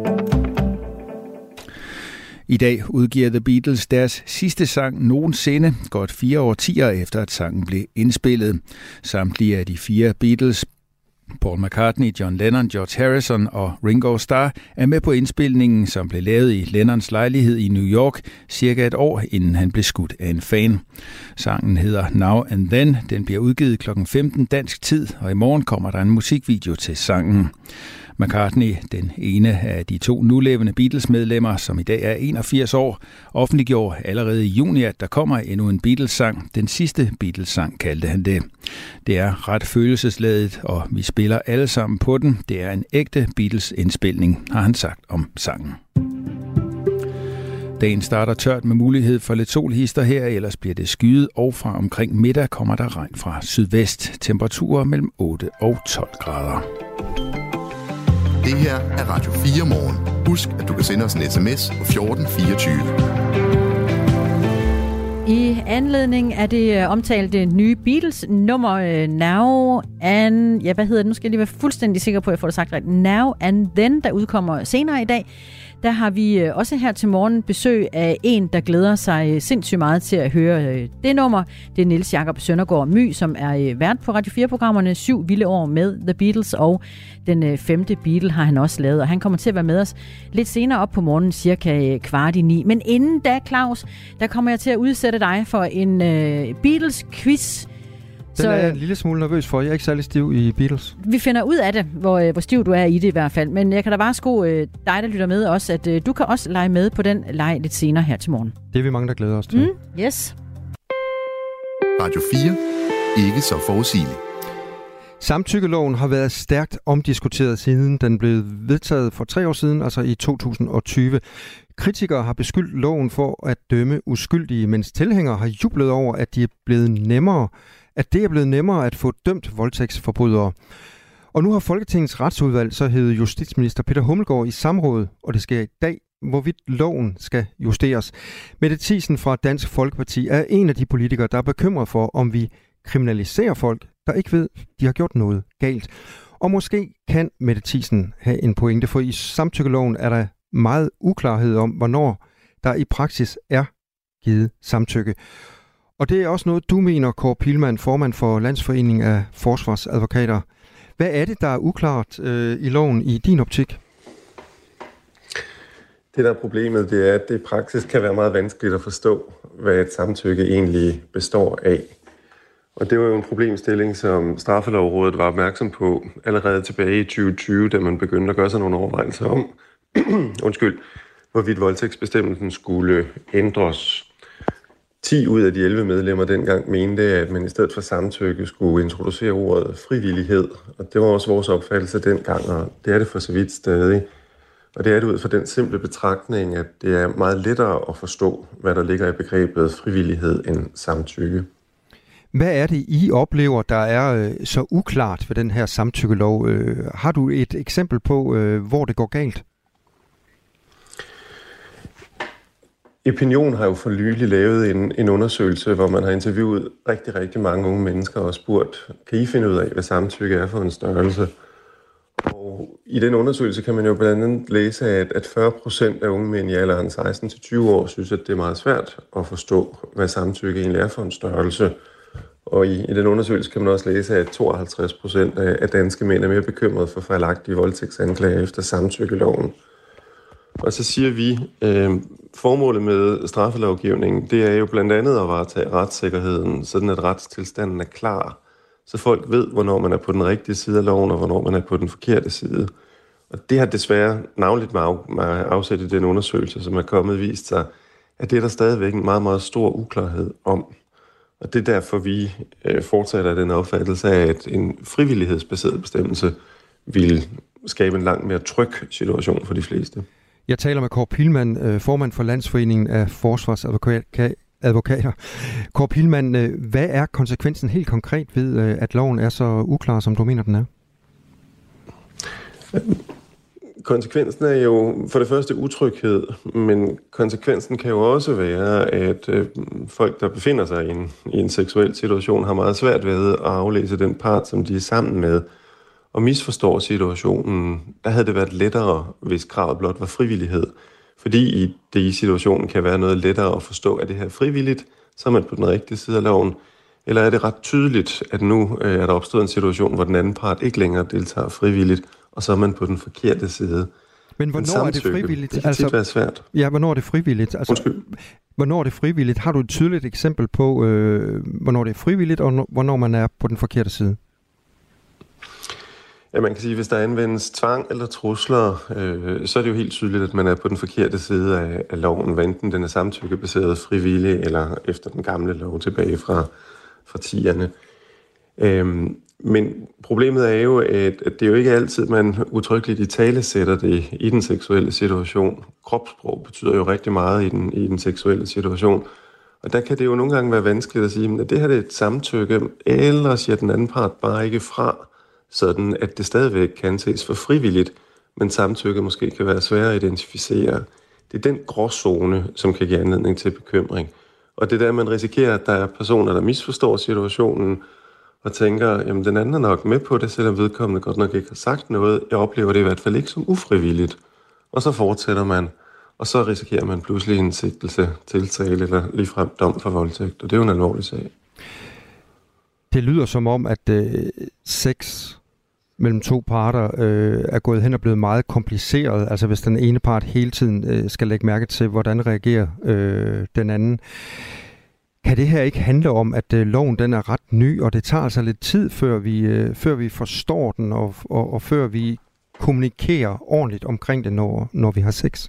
I dag udgiver The Beatles deres sidste sang nogensinde, godt fire årtier efter at sangen blev indspillet. Samtlige af de fire Beatles, Paul McCartney, John Lennon, George Harrison og Ringo Starr, er med på indspilningen, som blev lavet i Lennons lejlighed i New York, cirka et år inden han blev skudt af en fan. Sangen hedder Now and Then. Den bliver udgivet klokken femten dansk tid, og i morgen kommer der en musikvideo til sangen. McCartney, den ene af de to nulevende Beatles-medlemmer, som i dag er enogfirs år, offentliggjorde allerede i juni, at der kommer endnu en Beatles-sang. Den sidste Beatles-sang kaldte han det. Det er ret følelsesladet, og vi spiller alle sammen på den. Det er en ægte Beatles-indspilning, har han sagt om sangen. Dagen starter tørt med mulighed for lidt solhister her, ellers bliver det skyet, og fra omkring middag kommer der regn fra sydvest. Temperaturer mellem otte og tolv grader. Det her er Radio fire morgen. Husk, at du kan sende os en sms på fjorten fireogtyve. I anledning af det omtalte nye Beatles-nummer Now and... Ja, hvad hedder det? Nu skal jeg lige være fuldstændig sikker på, at jeg får det sagt rigtigt. Now and Then, der udkommer senere i dag. der har vi også her til morgen besøg af en, der glæder sig sindssygt meget til at høre det nummer. Det er Niels Jakob Søndergaard My, som er vært på Radio fire-programmerne Syv Vilde År med The Beatles, og den femte Beatle har han også lavet, og han kommer til at være med os lidt senere op på morgenen, cirka kvart i ni. Men inden da, Claus, der kommer jeg til at udsætte dig for en uh, Beatles-quiz. Den så, er jeg en lille smule nervøs for. Jeg er ikke særlig stiv i Beatles. Vi finder ud af det, hvor, hvor stiv du er i det i hvert fald. Men jeg kan da bare sko dig, der lytter med også, at uh, du kan også lege med på den leg lidt senere her til morgen. Det er vi mange, der glæder os til. Mm, yes. Radio fire. Ikke så forudsigeligt. Samtykkeloven har været stærkt omdiskuteret siden den blev vedtaget for tre år siden, altså i to tusind og tyve. Kritikere har beskyldt loven for at dømme uskyldige, mens tilhængere har jublet over, at de er blevet nemmere, at det er blevet nemmere at få dømt voldtægtsforbrydere. Og nu har Folketingets retsudvalg så heddet justitsminister Peter Hummelgaard i samråd, og det sker i dag, hvorvidt loven skal justeres. Mette Thiesen fra Dansk Folkeparti er en af de politikere, der er bekymret for, om vi kriminaliserer folk, der ikke ved, de har gjort noget galt. Og måske kan Mette Thiesen have en pointe, for i samtykkeloven er der meget uklarhed om, hvornår der i praksis er givet samtykke. Og det er også noget, du mener, Kåre Pilman, formand for Landsforeningen af Forsvarsadvokater. Hvad er det, der er uklart øh, i loven i din optik? Det, der er problemet, det er, at det i praksis kan være meget vanskeligt at forstå, hvad et samtykke egentlig består af. Og det var jo en problemstilling, som Straffelovrådet var opmærksom på allerede tilbage i tyve tyve, da man begyndte at gøre sig nogle overvejelser om, undskyld, hvorvidt voldtægtsbestemmelsen skulle ændres. ti ud af de elleve medlemmer dengang mente, at man i stedet for samtykke skulle introducere ordet frivillighed. Og det var også vores opfattelse dengang, og det er det for så vidt stadig. Og det er det ud fra den simple betragtning, at det er meget lettere at forstå, hvad der ligger i begrebet frivillighed end samtykke. Hvad er det, I oplever, der er øh, så uklart ved den her samtykkelov? Øh, har du et eksempel på, øh, hvor det går galt? Opinion har jo for nylig lavet en, en undersøgelse, hvor man har interviewet rigtig, rigtig mange unge mennesker og spurgt, kan I finde ud af, hvad samtykke er for en størrelse? Og i den undersøgelse kan man jo blandt andet læse, at, at fyrre procent af unge mænd i alderen seksten til tyve år synes, at det er meget svært at forstå, hvad samtykke egentlig er for en størrelse. Og i, i den undersøgelse kan man også læse, at tooghalvtreds procent af, af danske mænd er mere bekymrede for fejlagtige voldtægtsanklager efter samtykkeloven. Og så siger vi, øh, formålet med straffelovgivningen, det er jo blandt andet at varetage retssikkerheden, sådan at retstilstanden er klar, så folk ved, hvornår man er på den rigtige side af loven, og hvornår man er på den forkerte side. Og det har desværre navnligt med, af, med afsæt i den undersøgelse, som er kommet, vist sig, at det er der stadigvæk en meget, meget stor uklarhed om. Og det er derfor, vi øh, fortsætter den opfattelse af, at en frivillighedsbaseret bestemmelse vil skabe en langt mere tryg situation for de fleste. Jeg taler med Kåre Pilman, formand for Landsforeningen af Forsvarsadvokater. Kåre Pilman, hvad er konsekvensen helt konkret ved, at loven er så uklar, som du mener, den er? Konsekvensen er jo for det første utryghed, men konsekvensen kan jo også være, at øh, folk, der befinder sig i en, i en seksuel situation, har meget svært ved at aflæse den part, som de er sammen med, og misforstår situationen. Der havde det været lettere, hvis kravet blot var frivillighed, fordi i det i situationen kan være noget lettere at forstå, at det her er frivilligt, så er man på den rigtige side af loven, eller er det ret tydeligt, at nu øh, er der opstået en situation, hvor den anden part ikke længere deltager frivilligt, og så er man på den forkerte side. Men hvornår er det frivilligt? Det kan tit være svært. Ja, hvornår er det frivilligt? Altså, Undskyld. Hvornår er det frivilligt? Har du et tydeligt eksempel på, øh, hvornår det er frivilligt, og hvornår man er på den forkerte side? Ja, man kan sige, at hvis der anvendes tvang eller trusler, øh, så er det jo helt tydeligt, at man er på den forkerte side af, af loven, hvad enten den er samtykkebaseret frivillig, eller efter den gamle lov tilbage fra, fra tierne. Øhm, men problemet er jo, at, at det er jo ikke altid, man udtrykkeligt i tale sætter det i den seksuelle situation. Kropssprog betyder jo rigtig meget i den, i den seksuelle situation. Og der kan det jo nogle gange være vanskeligt at sige, at det her er et samtykke, eller siger den anden part bare ikke fra, sådan at det stadigvæk kan ses for frivilligt, men samtykke måske kan være svært at identificere. Det er den gråzone, som kan give anledning til bekymring. Og det er der, man risikerer, at der er personer, der misforstår situationen, og tænker, jamen den anden er nok med på det, selvom vedkommende godt nok ikke har sagt noget. Jeg oplever det i hvert fald ikke som ufrivilligt. og så fortsætter man, og så risikerer man pludselig en sigtelse, tiltale eller ligefrem dom for voldtægt, og det er jo en alvorlig sag. Det lyder som om, at øh, sex mellem to parter øh, er gået hen og blevet meget kompliceret. Altså hvis den ene part hele tiden øh, skal lægge mærke til, hvordan reagerer øh, den anden. Kan det her ikke handle om, at øh, loven den er ret ny, og det tager altså lidt tid, før vi, øh, før vi forstår den, og, og, og før vi kommunikerer ordentligt omkring det, når, når vi har sex?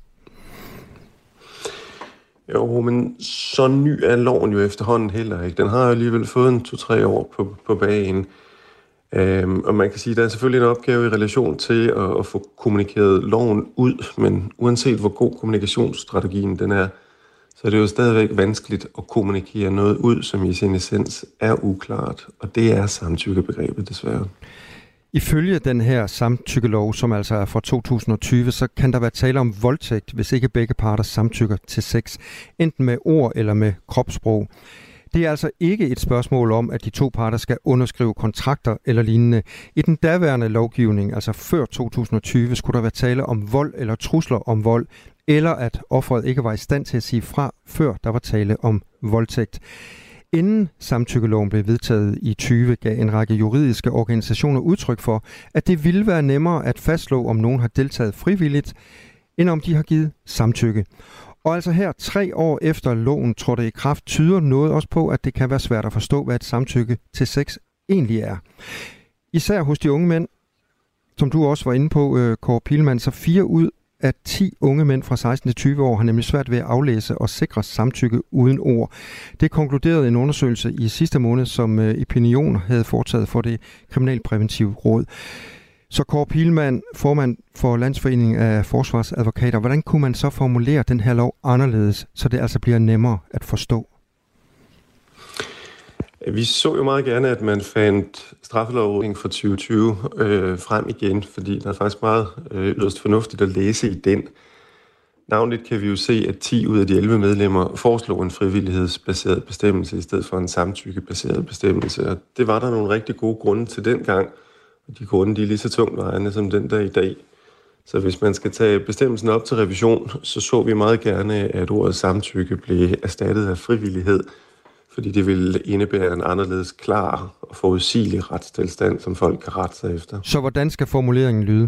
Jo, men så ny er loven jo efterhånden heller ikke. Den har jo alligevel fået en to-tre år på, på bagen. Øhm, og man kan sige, at der er selvfølgelig en opgave i relation til at, at få kommunikeret loven ud, men uanset hvor god kommunikationsstrategien den er, så er det jo stadigvæk vanskeligt at kommunikere noget ud, som i sin essens er uklart. Og det er samtykkebegrebet desværre. Ifølge den her samtykkelov, som altså er fra to tusind og tyve, så kan der være tale om voldtægt, hvis ikke begge parter samtykker til sex, enten med ord eller med kropssprog. Det er altså ikke et spørgsmål om, at de to parter skal underskrive kontrakter eller lignende. I den daværende lovgivning, altså før to tusind og tyve, skulle der være tale om vold eller trusler om vold, eller at offeret ikke var i stand til at sige fra, før der var tale om voldtægt. Inden samtykkeloven blev vedtaget i tyve, gav en række juridiske organisationer udtryk for, at det ville være nemmere at fastslå, om nogen har deltaget frivilligt, end om de har givet samtykke. Og altså her, tre år efter loven trådte i kraft, tyder noget også på, at det kan være svært at forstå, hvad et samtykke til sex egentlig er. Især hos de unge mænd, som du også var inde på, Kåre Pilman, så fire ud af ti unge mænd fra seksten til tyve år har nemlig svært ved at aflæse og sikre samtykke uden ord. Det konkluderede en undersøgelse i sidste måned, som Epinion havde foretaget for det kriminalpræventive råd. Så Kåre Pilman, formand for Landsforeningen af Forsvarsadvokater, hvordan kunne man så formulere den her lov anderledes, så det altså bliver nemmere at forstå? Vi så jo meget gerne, at man fandt straffelovgivningen fra tyve tyve øh, frem igen, fordi der er faktisk meget øh, yderst fornuftigt at læse i den. Navnligt kan vi jo se, at ti ud af de elleve medlemmer foreslog en frivillighedsbaseret bestemmelse i stedet for en samtykkebaseret bestemmelse. Og det var der nogle rigtig gode grunde til dengang, og de grunde de er lige så tungt vejende som den der i dag. Så hvis man skal tage bestemmelsen op til revision, så så vi meget gerne, at ordet samtykke blev erstattet af frivillighed, fordi det ville indebære en anderledes klar og forudsigelig retstilstand, som folk kan rette sig efter. Så hvordan skal formuleringen lyde?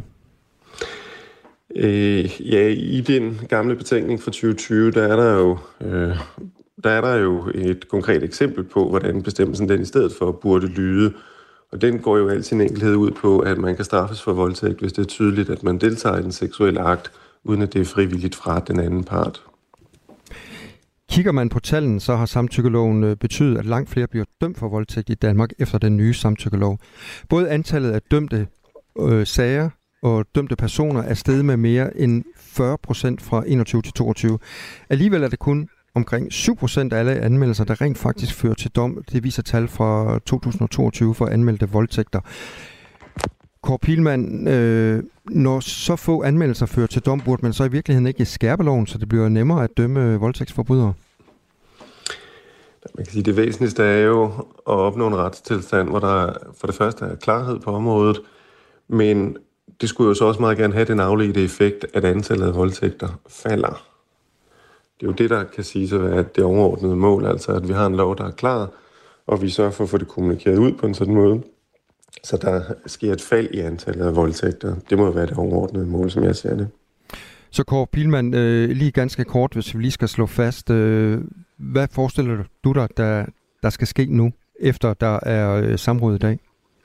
Øh, ja, i den gamle betænkning fra tyve tyve, der er der jo, øh, der er der jo et konkret eksempel på, hvordan bestemmelsen den i stedet for burde lyde. Og den går jo altid sin enkelhed ud på, at man kan straffes for voldtægt, hvis det er tydeligt, at man deltager i en seksuel akt, uden at det er frivilligt fra den anden part. Kigger man på tallene, så har samtykkeloven betydet, at langt flere bliver dømt for voldtægt i Danmark efter den nye samtykkelov. Både antallet af dømte øh, sager og dømte personer er steget med mere end fyrre procent fra enogtyve til toogtyve. Alligevel er det kun omkring syv procent af alle anmeldelser, der rent faktisk fører til dom. Det viser tal fra to tusind og toogtyve for anmeldte voldtægter. Kåre Pilman, øh, når så få anmeldelser fører til dom, burde man så i virkeligheden ikke skærpe loven, så det bliver nemmere at dømme voldtægtsforbrydere? Man kan sige, at det væsentligste er jo at opnå en retstilstand, hvor der for det første er klarhed på området, men det skulle jo så også meget gerne have den afledte effekt, at antallet af voldtægter falder. Det er jo det, der kan sige at være det overordnede mål, altså at vi har en lov, der er klar, og vi sørger for at få det kommunikeret ud på en sådan måde, så der sker et fald i antallet af voldtægter. Det må jo være det overordnede mål, som jeg ser det. Så Kåre Pilman, øh, lige ganske kort, hvis vi lige skal slå fast, øh, hvad forestiller du dig, der, der skal ske nu, efter der er øh, samråd i dag?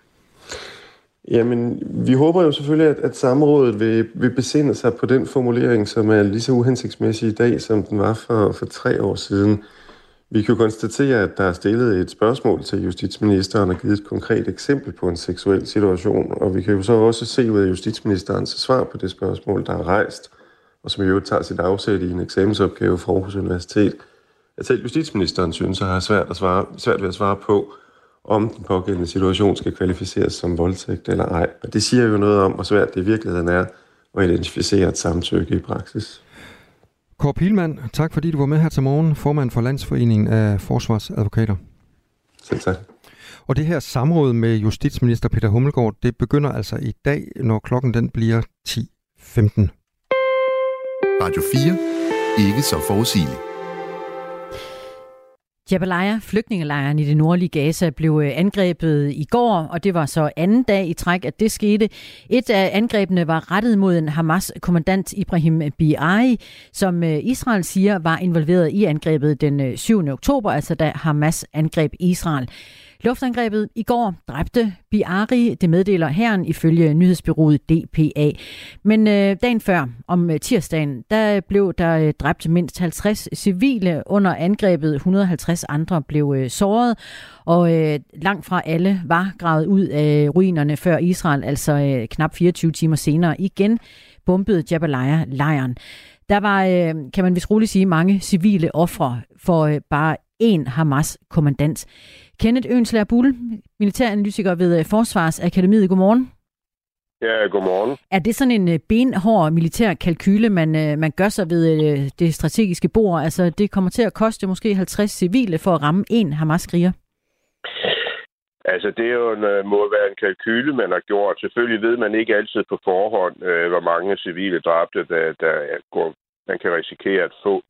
Jamen, vi håber jo selvfølgelig, at, at samrådet vil, vil besinde sig på den formulering, som er lige så uhensigtsmæssig i dag, som den var for, for tre år siden. Vi kan jo konstatere, at der er stillet et spørgsmål til justitsministeren og givet et konkret eksempel på en seksuel situation, og vi kan jo så også se ud af justitsministerens svar på det spørgsmål, der er rejst, og som jo tager sit afsæt i en eksamensopgave fra Aarhus Universitet, at selv justitsministeren synes, at har svært, at svare, svært ved at svare på, om den pågældende situation skal kvalificeres som voldtægt eller ej. Og det siger jo noget om, hvor svært det i virkeligheden er at identificere et samtykke i praksis. Kåre Pilman, tak fordi du var med her til morgen, formand for Landsforeningen af Forsvarsadvokater. Selv tak. Og det her samråd med justitsminister Peter Hummelgaard, det begynder altså i dag, når klokken den bliver ti femten. Radio fire. Ikke så forudsigeligt. Jabalia, flygtningelejren i det nordlige Gaza, blev angrebet i går, og det var så anden dag i træk, at det skete. Et af angrebene var rettet mod en Hamas-kommandant, Ibrahim Biari, som Israel siger var involveret i angrebet den syvende oktober, altså da Hamas angreb Israel. Luftangrebet i går dræbte Biari, det meddeler hæren ifølge nyhedsbureauet D P A. Men øh, dagen før, om tirsdagen, der blev der dræbt mindst halvtreds civile under angrebet. et hundrede og halvtreds andre blev øh, såret, og øh, langt fra alle var gravet ud af ruinerne, før Israel, altså øh, knap fireogtyve timer senere, igen bombede Jabalia-lejren. Der var, øh, kan man vist roligt sige, mange civile ofre for øh, bare én Hamas-kommandant. Kenneth Ønslager Bull, militæranalytiker ved Forsvarsakademiet. Godmorgen. Ja, godmorgen. Er det sådan en benhård militær kalkyle, man, man gør sig ved det strategiske bord? Altså, det kommer til at koste måske halvtreds civile for at ramme én Hamas-kriger? Altså, det er jo en, må være en kalkyle, man har gjort. Selvfølgelig ved man ikke altid på forhånd, øh, hvor mange civile dræbte, der, der går, man kan risikere at få.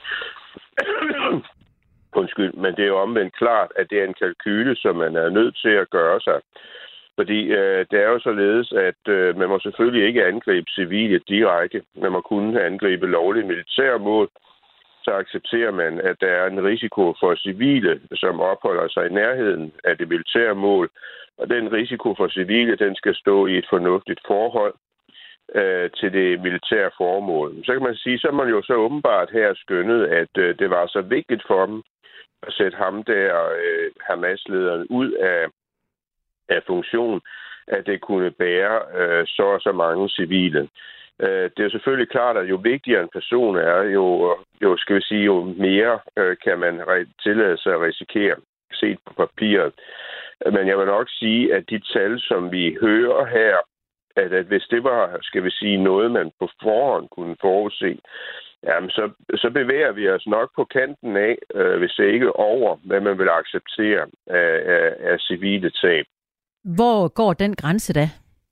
Undskyld, men det er jo omvendt klart, at det er en kalkyle, som man er nødt til at gøre sig. Fordi øh, det er jo således, at øh, man må selvfølgelig ikke angribe civile direkte. Man må kun angribe lovlige militære mål. Så accepterer man, at der er en risiko for civile, som opholder sig i nærheden af det militære mål. Og den risiko for civile, den skal stå i et fornuftigt forhold øh, til det militære formål. Så kan man sige, så er man jo så åbenbart her skønnet, at øh, det var så vigtigt for dem at sætte ham der, øh, Hamas-lederen, ud af, af funktion, at det kunne bære øh, så og så mange civile. Øh, det er selvfølgelig klart, at jo vigtigere en person er, jo, jo skal vi sige, jo mere øh, kan man tillade sig at risikere, set på papiret. Men jeg vil nok sige, at de tal, som vi hører her, at, at hvis det var, skal vi sige, noget, man på forhånd kunne forudse, jamen, så, så bevæger vi os nok på kanten af, øh, hvis ikke over, hvad man vil acceptere af, af, af civile tab. Hvor går den grænse da?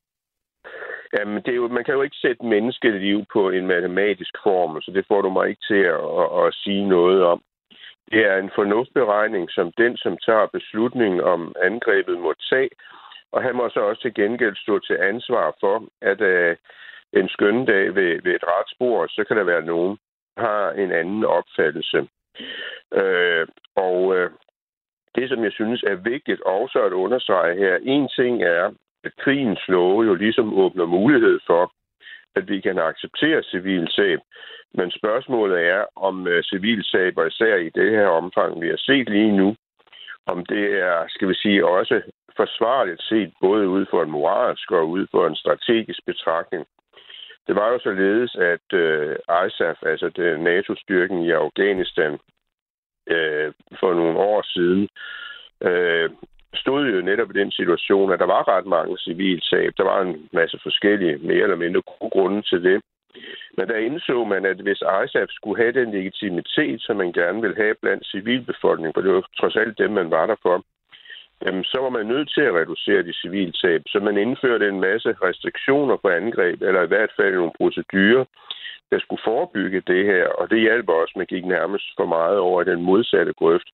Jamen, det er jo, man kan jo ikke sætte menneskeliv på en matematisk formel, så det får du mig ikke til at, at, at sige noget om. Det er en fornuftsberegning, som den, som tager beslutningen om angrebet, må tage, og han må så også til gengæld stå til ansvar for, at øh, en skønne dag ved, ved et retsspor, så kan der være nogen, der har en anden opfattelse. Øh, og øh, det, som jeg synes er vigtigt også at understrege her, en ting er, at krigens love jo ligesom åbner mulighed for, at vi kan acceptere civilsab. Men spørgsmålet er, om uh, civilsab, og især i det her omfang, vi har set lige nu, om det er, skal vi sige, også forsvarligt set, både ud for en moralsk og ud for en strategisk betragtning. Det var jo således, at uh, I S A F, altså det NATO-styrken i Afghanistan, uh, for nogle år siden, uh, stod jo netop i den situation, at der var ret mange civiltab. Der var en masse forskellige, mere eller mindre gode grunde til det. Men der indså man, at hvis I S A F skulle have den legitimitet, som man gerne ville have blandt civilbefolkningen, for det var trods alt dem, man var der for, jamen, så var man nødt til at reducere de civiltab. Så man indførte en masse restriktioner på angreb, eller i hvert fald nogle procedurer, der skulle forebygge det her. Og det hjælper også, man gik nærmest for meget over i den modsatte grøft.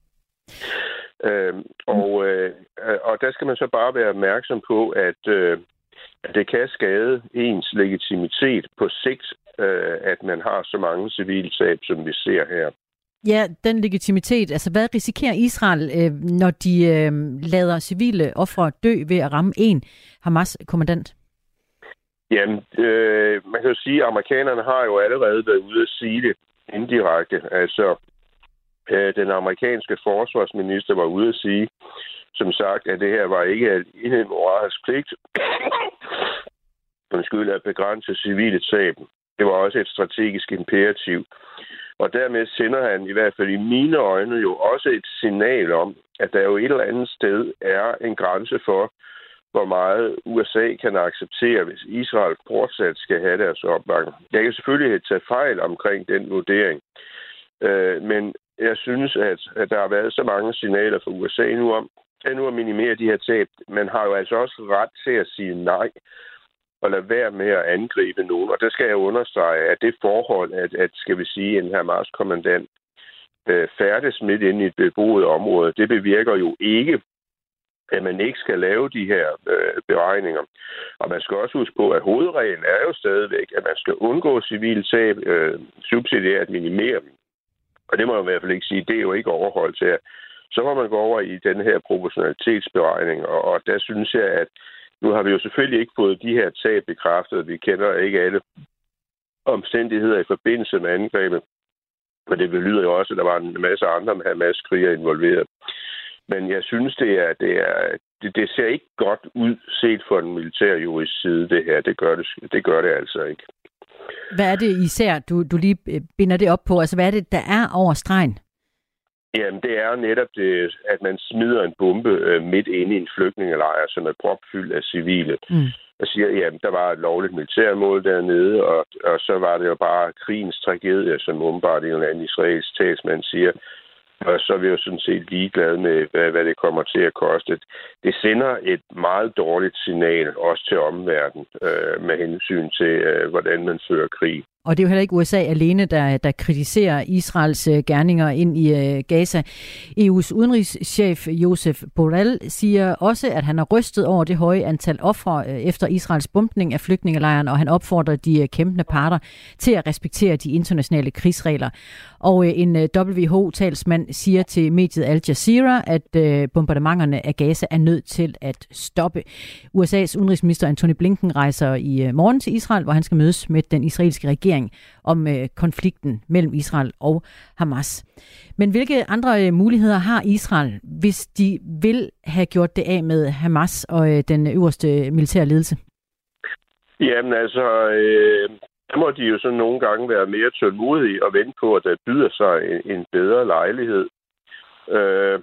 Øh, og, øh, og der skal man så bare være opmærksom på, at, øh, at det kan skade ens legitimitet på sigt, øh, at man har så mange civiltab, som vi ser her. Ja, den legitimitet. Altså, hvad risikerer Israel, øh, når de øh, lader civile ofre dø ved at ramme en Hamas-kommandant? Jamen, øh, man kan jo sige, at amerikanerne har jo allerede været ude at sige det indirekte. Altså, den amerikanske forsvarsminister var ude at sige, som sagt, at det her var ikke en moralsk pligt, undskyld, at begrænse civile tab. Det var også et strategisk imperativ. Og dermed sender han i hvert fald i mine øjne jo også et signal om, at der jo et eller andet sted er en grænse for, hvor meget U S A kan acceptere, hvis Israel fortsat skal have deres opbakning. Jeg kan selvfølgelig tage fejl omkring den vurdering, men jeg synes, at, at der har været så mange signaler fra U S A nu om, at nu at minimere de her tab. Man har jo altså også ret til at sige nej. og lade være med at angribe nogen. Og der skal jeg understrege, at det forhold, at, at skal vi sige, en Hamas-kommandant øh, færdes midt inde i et beboet område, det bevirker jo ikke, at man ikke skal lave de her øh, beregninger. Og man skal også huske på, at hovedreglen er jo stadigvæk, at man skal undgå civil tab, øh, subsidiært minimere dem. Og det må jeg i hvert fald ikke sige, det er jo ikke overholdt her. Så må man gå over i den her proportionalitetsberegning, og, og der synes jeg, at nu har vi jo selvfølgelig ikke fået de her tab bekræftet. Vi kender ikke alle omstændigheder i forbindelse med angrebet. Men det lyder jo også, at der var en masse andre Hamas-krigere involveret. Men jeg synes, det er, det er det, det ser ikke godt ud set for den militære jurist side, det her. Det gør det, det gør det altså ikke. Hvad er det især, du, du lige binder det op på? Altså, hvad er det, der er over stregen? Jamen, det er netop det, at man smider en bombe øh, midt inde i en flygtningelejr, som er propfyldt af civile. Mm. Og siger, jamen, der var et lovligt militærmål dernede, og, og så var det jo bare krigens tragedie, som åbenbart en eller anden israelsk talsmand siger. Og så er vi jo sådan set ligeglade med, hvad, hvad det kommer til at koste. Det sender et meget dårligt signal, også til omverdenen, øh, med hensyn til, øh, hvordan man fører krig. Og det er jo heller ikke U S A alene, der, der kritiserer Israels uh, gerninger ind i uh, Gaza. E U's udenrigschef Josep Borrell siger også, at han er rystet over det høje antal ofre uh, efter Israels bombning af flygtningelejren, og han opfordrer de uh, kæmpende parter til at respektere de internationale krigsregler. Og uh, en uh, W H O-talsmand siger til mediet Al Jazeera, at uh, bombardementerne af Gaza er nødt til at stoppe. U S A's udenrigsminister Antony Blinken rejser i uh, morgen til Israel, hvor han skal mødes med den israelske regering om øh, konflikten mellem Israel og Hamas. Men hvilke andre øh, muligheder har Israel, hvis de vil have gjort det af med Hamas og øh, den øverste militære ledelse? Jamen altså, øh, der må de jo så nogle gange være mere tålmodige og vente på, at der byder sig en, en bedre lejlighed. Øh,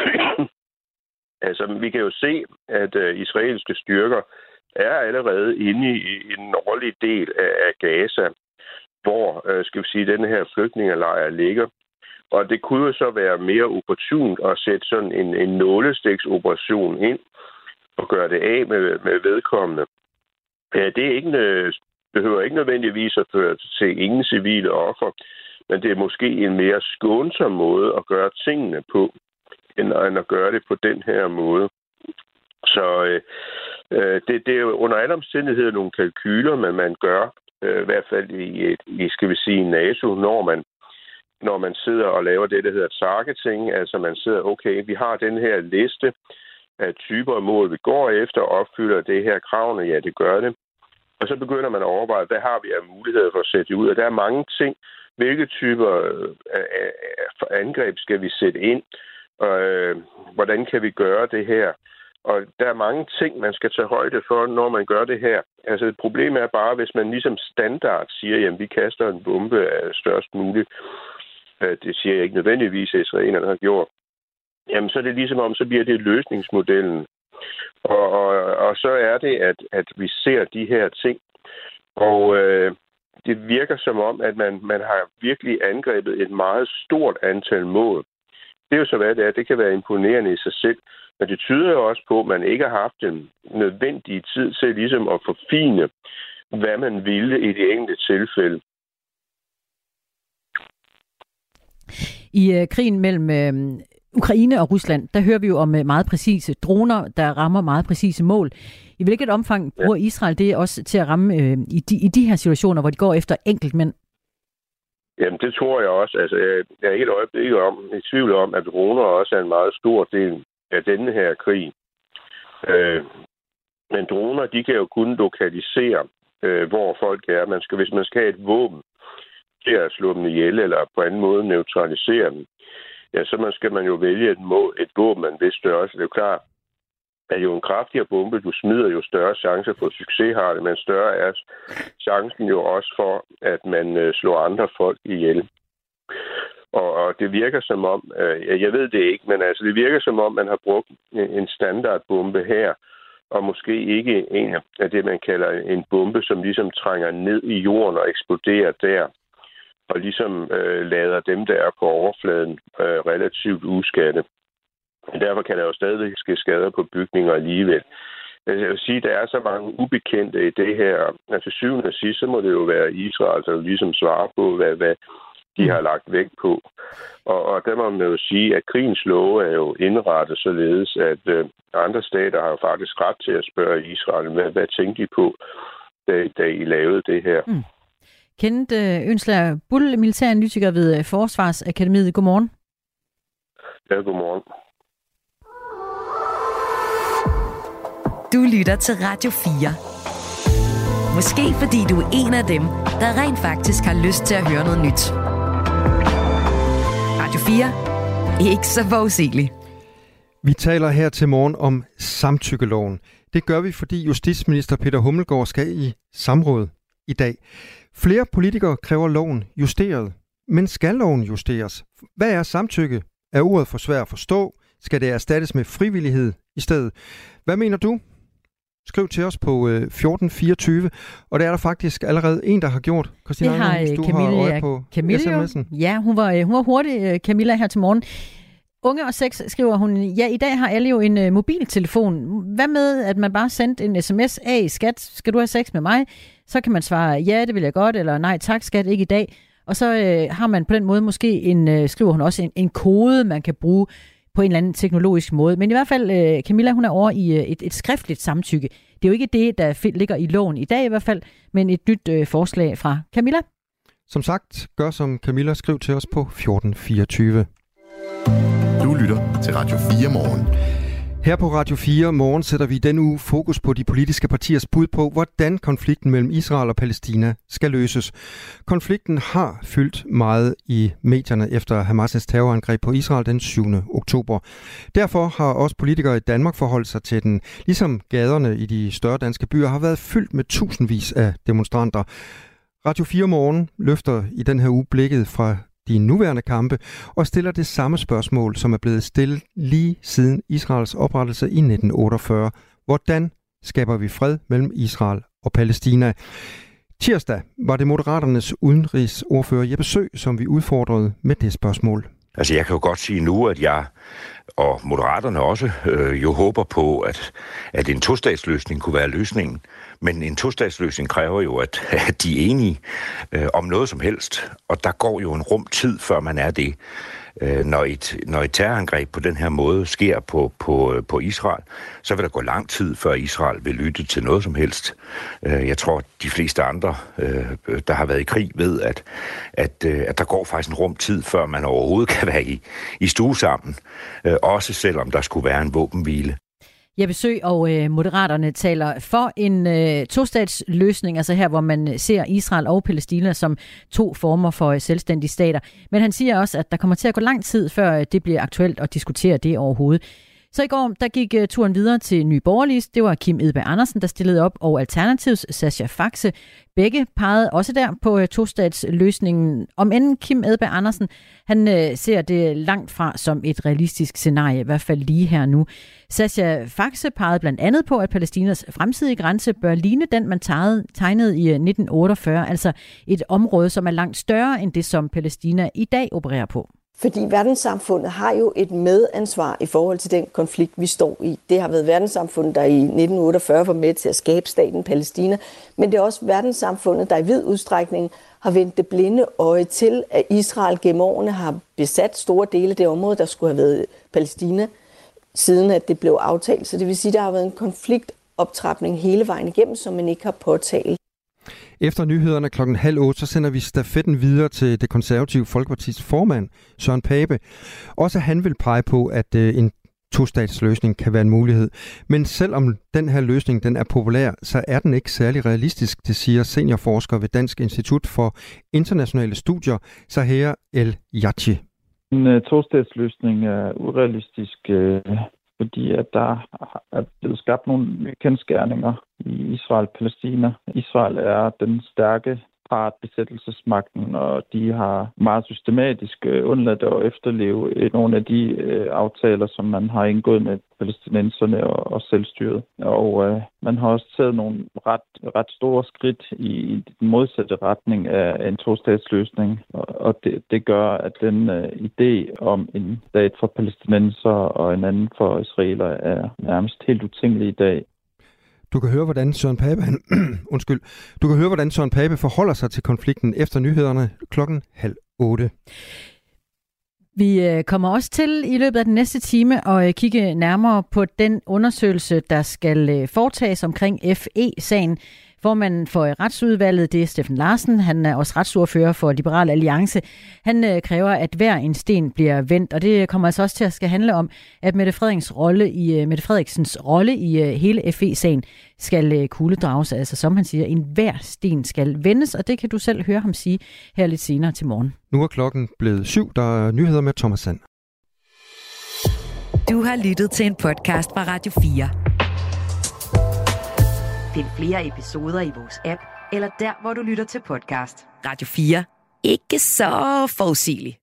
altså, vi kan jo se, at øh, israelske styrker er allerede inde i, i en nordlig del af, af Gaza, hvor, øh, skal vi sige, den her flygtningelejr ligger. Og det kunne jo så være mere opportunt at sætte sådan en, en nålestiksoperation ind og gøre det af med, med vedkommende. Ja, det er ikke, behøver ikke nødvendigvis at føre til ingen civile offer, men det er måske en mere skånsom måde at gøre tingene på, end at gøre det på den her måde. Så øh, det, det er jo under alle omstændigheder nogle kalkyler, men man gør, øh, i hvert fald i, et, i skal vi sige, NATO, når man, når man sidder og laver det, der hedder targeting. Altså man sidder, okay, vi har den her liste af typer af mål, vi går efter, opfylder det her kravene, ja, det gør det. Og så begynder man at overveje, hvad har vi af muligheder for at sætte ud? Og der er mange ting. Hvilke typer af angreb skal vi sætte ind? Og øh, hvordan kan vi gøre det her? Og der er mange ting, man skal tage højde for, når man gør det her. Altså, et problem er bare, hvis man ligesom standard siger, jamen, vi kaster en bombe af størst muligt. Det siger jeg ikke nødvendigvis, at israelerne har gjort. Jamen, så er det ligesom om, så bliver det løsningsmodellen. Og, og, og så er det, at, at vi ser de her ting. Og øh, det virker som om, at man, man har virkelig angrebet et meget stort antal mål. Det er jo så, hvad det er. Det kan være imponerende i sig selv. Men det tyder jo også på, at man ikke har haft den nødvendige tid til ligesom at forfine, hvad man ville i det enkelte tilfælde. I øh, krigen mellem øh, Ukraine og Rusland, der hører vi jo om øh, meget præcise droner, der rammer meget præcise mål. I hvilket omfang bruger ja. Israel det også til at ramme øh, i, de, i de her situationer, hvor de går efter enkeltmænd? Jamen, det tror jeg også. Altså, jeg, jeg er helt øjeblikket om, i tvivl om, at droner også er en meget stor del af denne her krig. Øh, men droner, de kan jo kun lokalisere, øh, hvor folk er. Man skal, hvis man skal have et våben til at slå dem ihjel, eller på anden måde neutralisere dem, ja, så man skal man jo vælge et, må, et våben af en vis størrelse. Det er jo klart, at jo en kraftigere bombe, du smider, jo større chance for succes har det, men større er chancen jo også for, at man øh, slår andre folk ihjel. Og, og det virker som om, øh, jeg ved det ikke, men altså det virker som om, man har brugt en standardbombe her, og måske ikke en af det, man kalder en bombe, som ligesom trænger ned i jorden og eksploderer der, og ligesom øh, lader dem, der er på overfladen, øh, relativt uskatte. Derfor kan der jo stadig ske skader på bygninger alligevel. Jeg vil sige, at der er så mange ubekendte i det her. Altså syvende og sidst, så må det jo være Israel, der ligesom svarer på, hvad, hvad de har lagt vægt på. Og, og der må man jo sige, at krigens love er jo indrettet således, at øh, andre stater har faktisk ret til at spørge Israel, hvad, hvad tænkte de på, da, da I lavede det her. Mm. Kenneth Ønslager Bull, militæranalytiker ved Forsvarsakademiet. Godmorgen. Ja, godmorgen. Du lytter til Radio fire. Måske fordi du er en af dem, der rent faktisk har lyst til at høre noget nyt. Radio fire. Ikke så forudsigeligt. Vi taler her til morgen om samtykkeloven. Det gør vi, fordi justitsminister Peter Hummelgaard skal i samråd i dag. Flere politikere kræver loven justeret. Men skal loven justeres? Hvad er samtykke? Er ordet for svært at forstå? Skal det erstattes med frivillighed i stedet? Hvad mener du? Skriv til os på fjorten fireogtyve, og det er der faktisk allerede en, der har gjort. Christina, det har hvis du Camilla, har øje på Camilla, sms'en. Ja, hun var, hun var hurtig, Camilla, her til morgen. Unge og sex, skriver hun, ja, i dag har alle jo en uh, mobiltelefon. Hvad med, at man bare sendte en sms af, skat, skal du have sex med mig? Så kan man svare, ja, det vil jeg godt, eller nej, tak skat, ikke i dag. Og så uh, har man på den måde måske, en, uh, skriver hun også, en, en kode, man kan bruge på en eller anden teknologisk måde. Men i hvert fald, uh, Camilla, hun er over i uh, et, et skriftligt samtykke. Det er jo ikke det, der ligger i loven i dag i hvert fald, men et nyt uh, forslag fra Camilla. Som sagt, gør som Camilla, skriv til os på fjorten fireogtyve. Du lytter til Radio fire Morgen. Her på Radio fire Morgen sætter vi denne uge fokus på de politiske partiers bud på, hvordan konflikten mellem Israel og Palæstina skal løses. Konflikten har fyldt meget i medierne efter Hamas' terrorangreb på Israel den syvende oktober. Derfor har også politikere i Danmark forholdt sig til den, ligesom gaderne i de større danske byer har været fyldt med tusindvis af demonstranter. Radio fire Morgen løfter i den her uge blikket fra de nuværende kampe og stiller det samme spørgsmål, som er blevet stillet lige siden Israels oprettelse i nitten otteogfyrre. Hvordan skaber vi fred mellem Israel og Palæstina? Tirsdag var det Moderaternes udenrigsordfører Jeppe Søe, som vi udfordrede med det spørgsmål. Altså jeg kan jo godt sige nu, at jeg og Moderaterne også øh, jo håber på, at, at en tostatsløsning kunne være løsningen. Men en tostatsløsning kræver jo, at, at de er enige øh, om noget som helst. Og der går jo en rum tid, før man er det. Øh, når, et, når et terrorangreb på den her måde sker på, på, på Israel, så vil der gå lang tid, før Israel vil lytte til noget som helst. Øh, jeg tror, at de fleste andre, øh, der har været i krig, ved, at, at, øh, at der går faktisk en rum tid, før man overhovedet kan være i, i stue sammen. Øh, også selvom der skulle være en våbenhvile. Jeppe Søe og øh, Moderaterne taler for en øh, tostatsløsning, altså her, hvor man ser Israel og Palæstina som to former for øh, selvstændige stater. Men han siger også, at der kommer til at gå lang tid, før øh, det bliver aktuelt at diskutere det overhovedet. Så i går, der gik uh, turen videre til Nye Borgerlige. Det var Kim Edberg Andersen, der stillede op, og Alternativs Sascha Faxe. Begge pegede også der på uh, tostatsløsningen. Om end Kim Edberg Andersen, han uh, ser det langt fra som et realistisk scenarie, i hvert fald lige her nu. Sascha Faxe pegede blandt andet på, at Palæstinas fremtidige grænse bør ligne den, man tegnede i nitten otteogfyrre, altså et område, som er langt større end det, som Palæstina i dag opererer på. Fordi verdenssamfundet har jo et medansvar i forhold til den konflikt, vi står i. Det har været verdenssamfundet, der i nitten otteogfyrre var med til at skabe staten Palæstina, men det er også verdenssamfundet, der i vid udstrækning har vendt det blinde øje til, at Israel gennem årene har besat store dele af det område, der skulle have været Palæstina, siden at det blev aftalt. Så det vil sige, at der har været en konfliktoptrapning hele vejen igennem, som man ikke har påtalt. Efter nyhederne klokken halv otte, så sender vi stafetten videre til det konservative Folkepartis formand, Søren Pape. Også han vil pege på, at en tostatsløsning kan være en mulighed. Men selvom den her løsning den er populær, så er den ikke særlig realistisk, det siger seniorforsker ved Dansk Institut for Internationale Studier, Zaher El-Yachi. En tostatsløsning er urealistisk, fordi at der er blevet skabt nogle kendsgerninger i Israel-Palæstina. Israel er den stærke part, besættelsesmagten, og de har meget systematisk undladt at efterleve nogle af de aftaler, som man har indgået med palæstinenserne og, og selvstyret. Og øh, man har også taget nogle ret, ret store skridt i den modsatte retning af en tostatsløsning, og, og det, det gør, at den øh, idé om en stat for palæstinenser og en anden for israeler er nærmest helt utænkelig i dag. Du kan høre, hvordan Søren Pape, han, undskyld, du kan høre, hvordan Søren Pape forholder sig til konflikten efter nyhederne klokken halv otte. Vi kommer også til i løbet af den næste time at kigge nærmere på den undersøgelse, der skal foretages omkring F E-sagen. Formanden for retsudvalget, det er Steffen Larsen. Han er også retsordfører for Liberal Alliance. Han øh, kræver, at hver en sten bliver vendt, og det kommer altså også til at skal handle om, at Mette Frederiksens rolle i, uh, Mette Frederiksens rolle i uh, hele F E-sagen skal uh, kugledrages. Altså som han siger, en hver sten skal vendes, og det kan du selv høre ham sige her lidt senere til morgen. Nu er klokken blevet syv, der er nyheder med Thomas Sand. Du har lyttet til en podcast fra Radio fire. Find flere episoder i vores app, eller der, hvor du lytter til podcast. Radio fire. Ikke så forudsigeligt.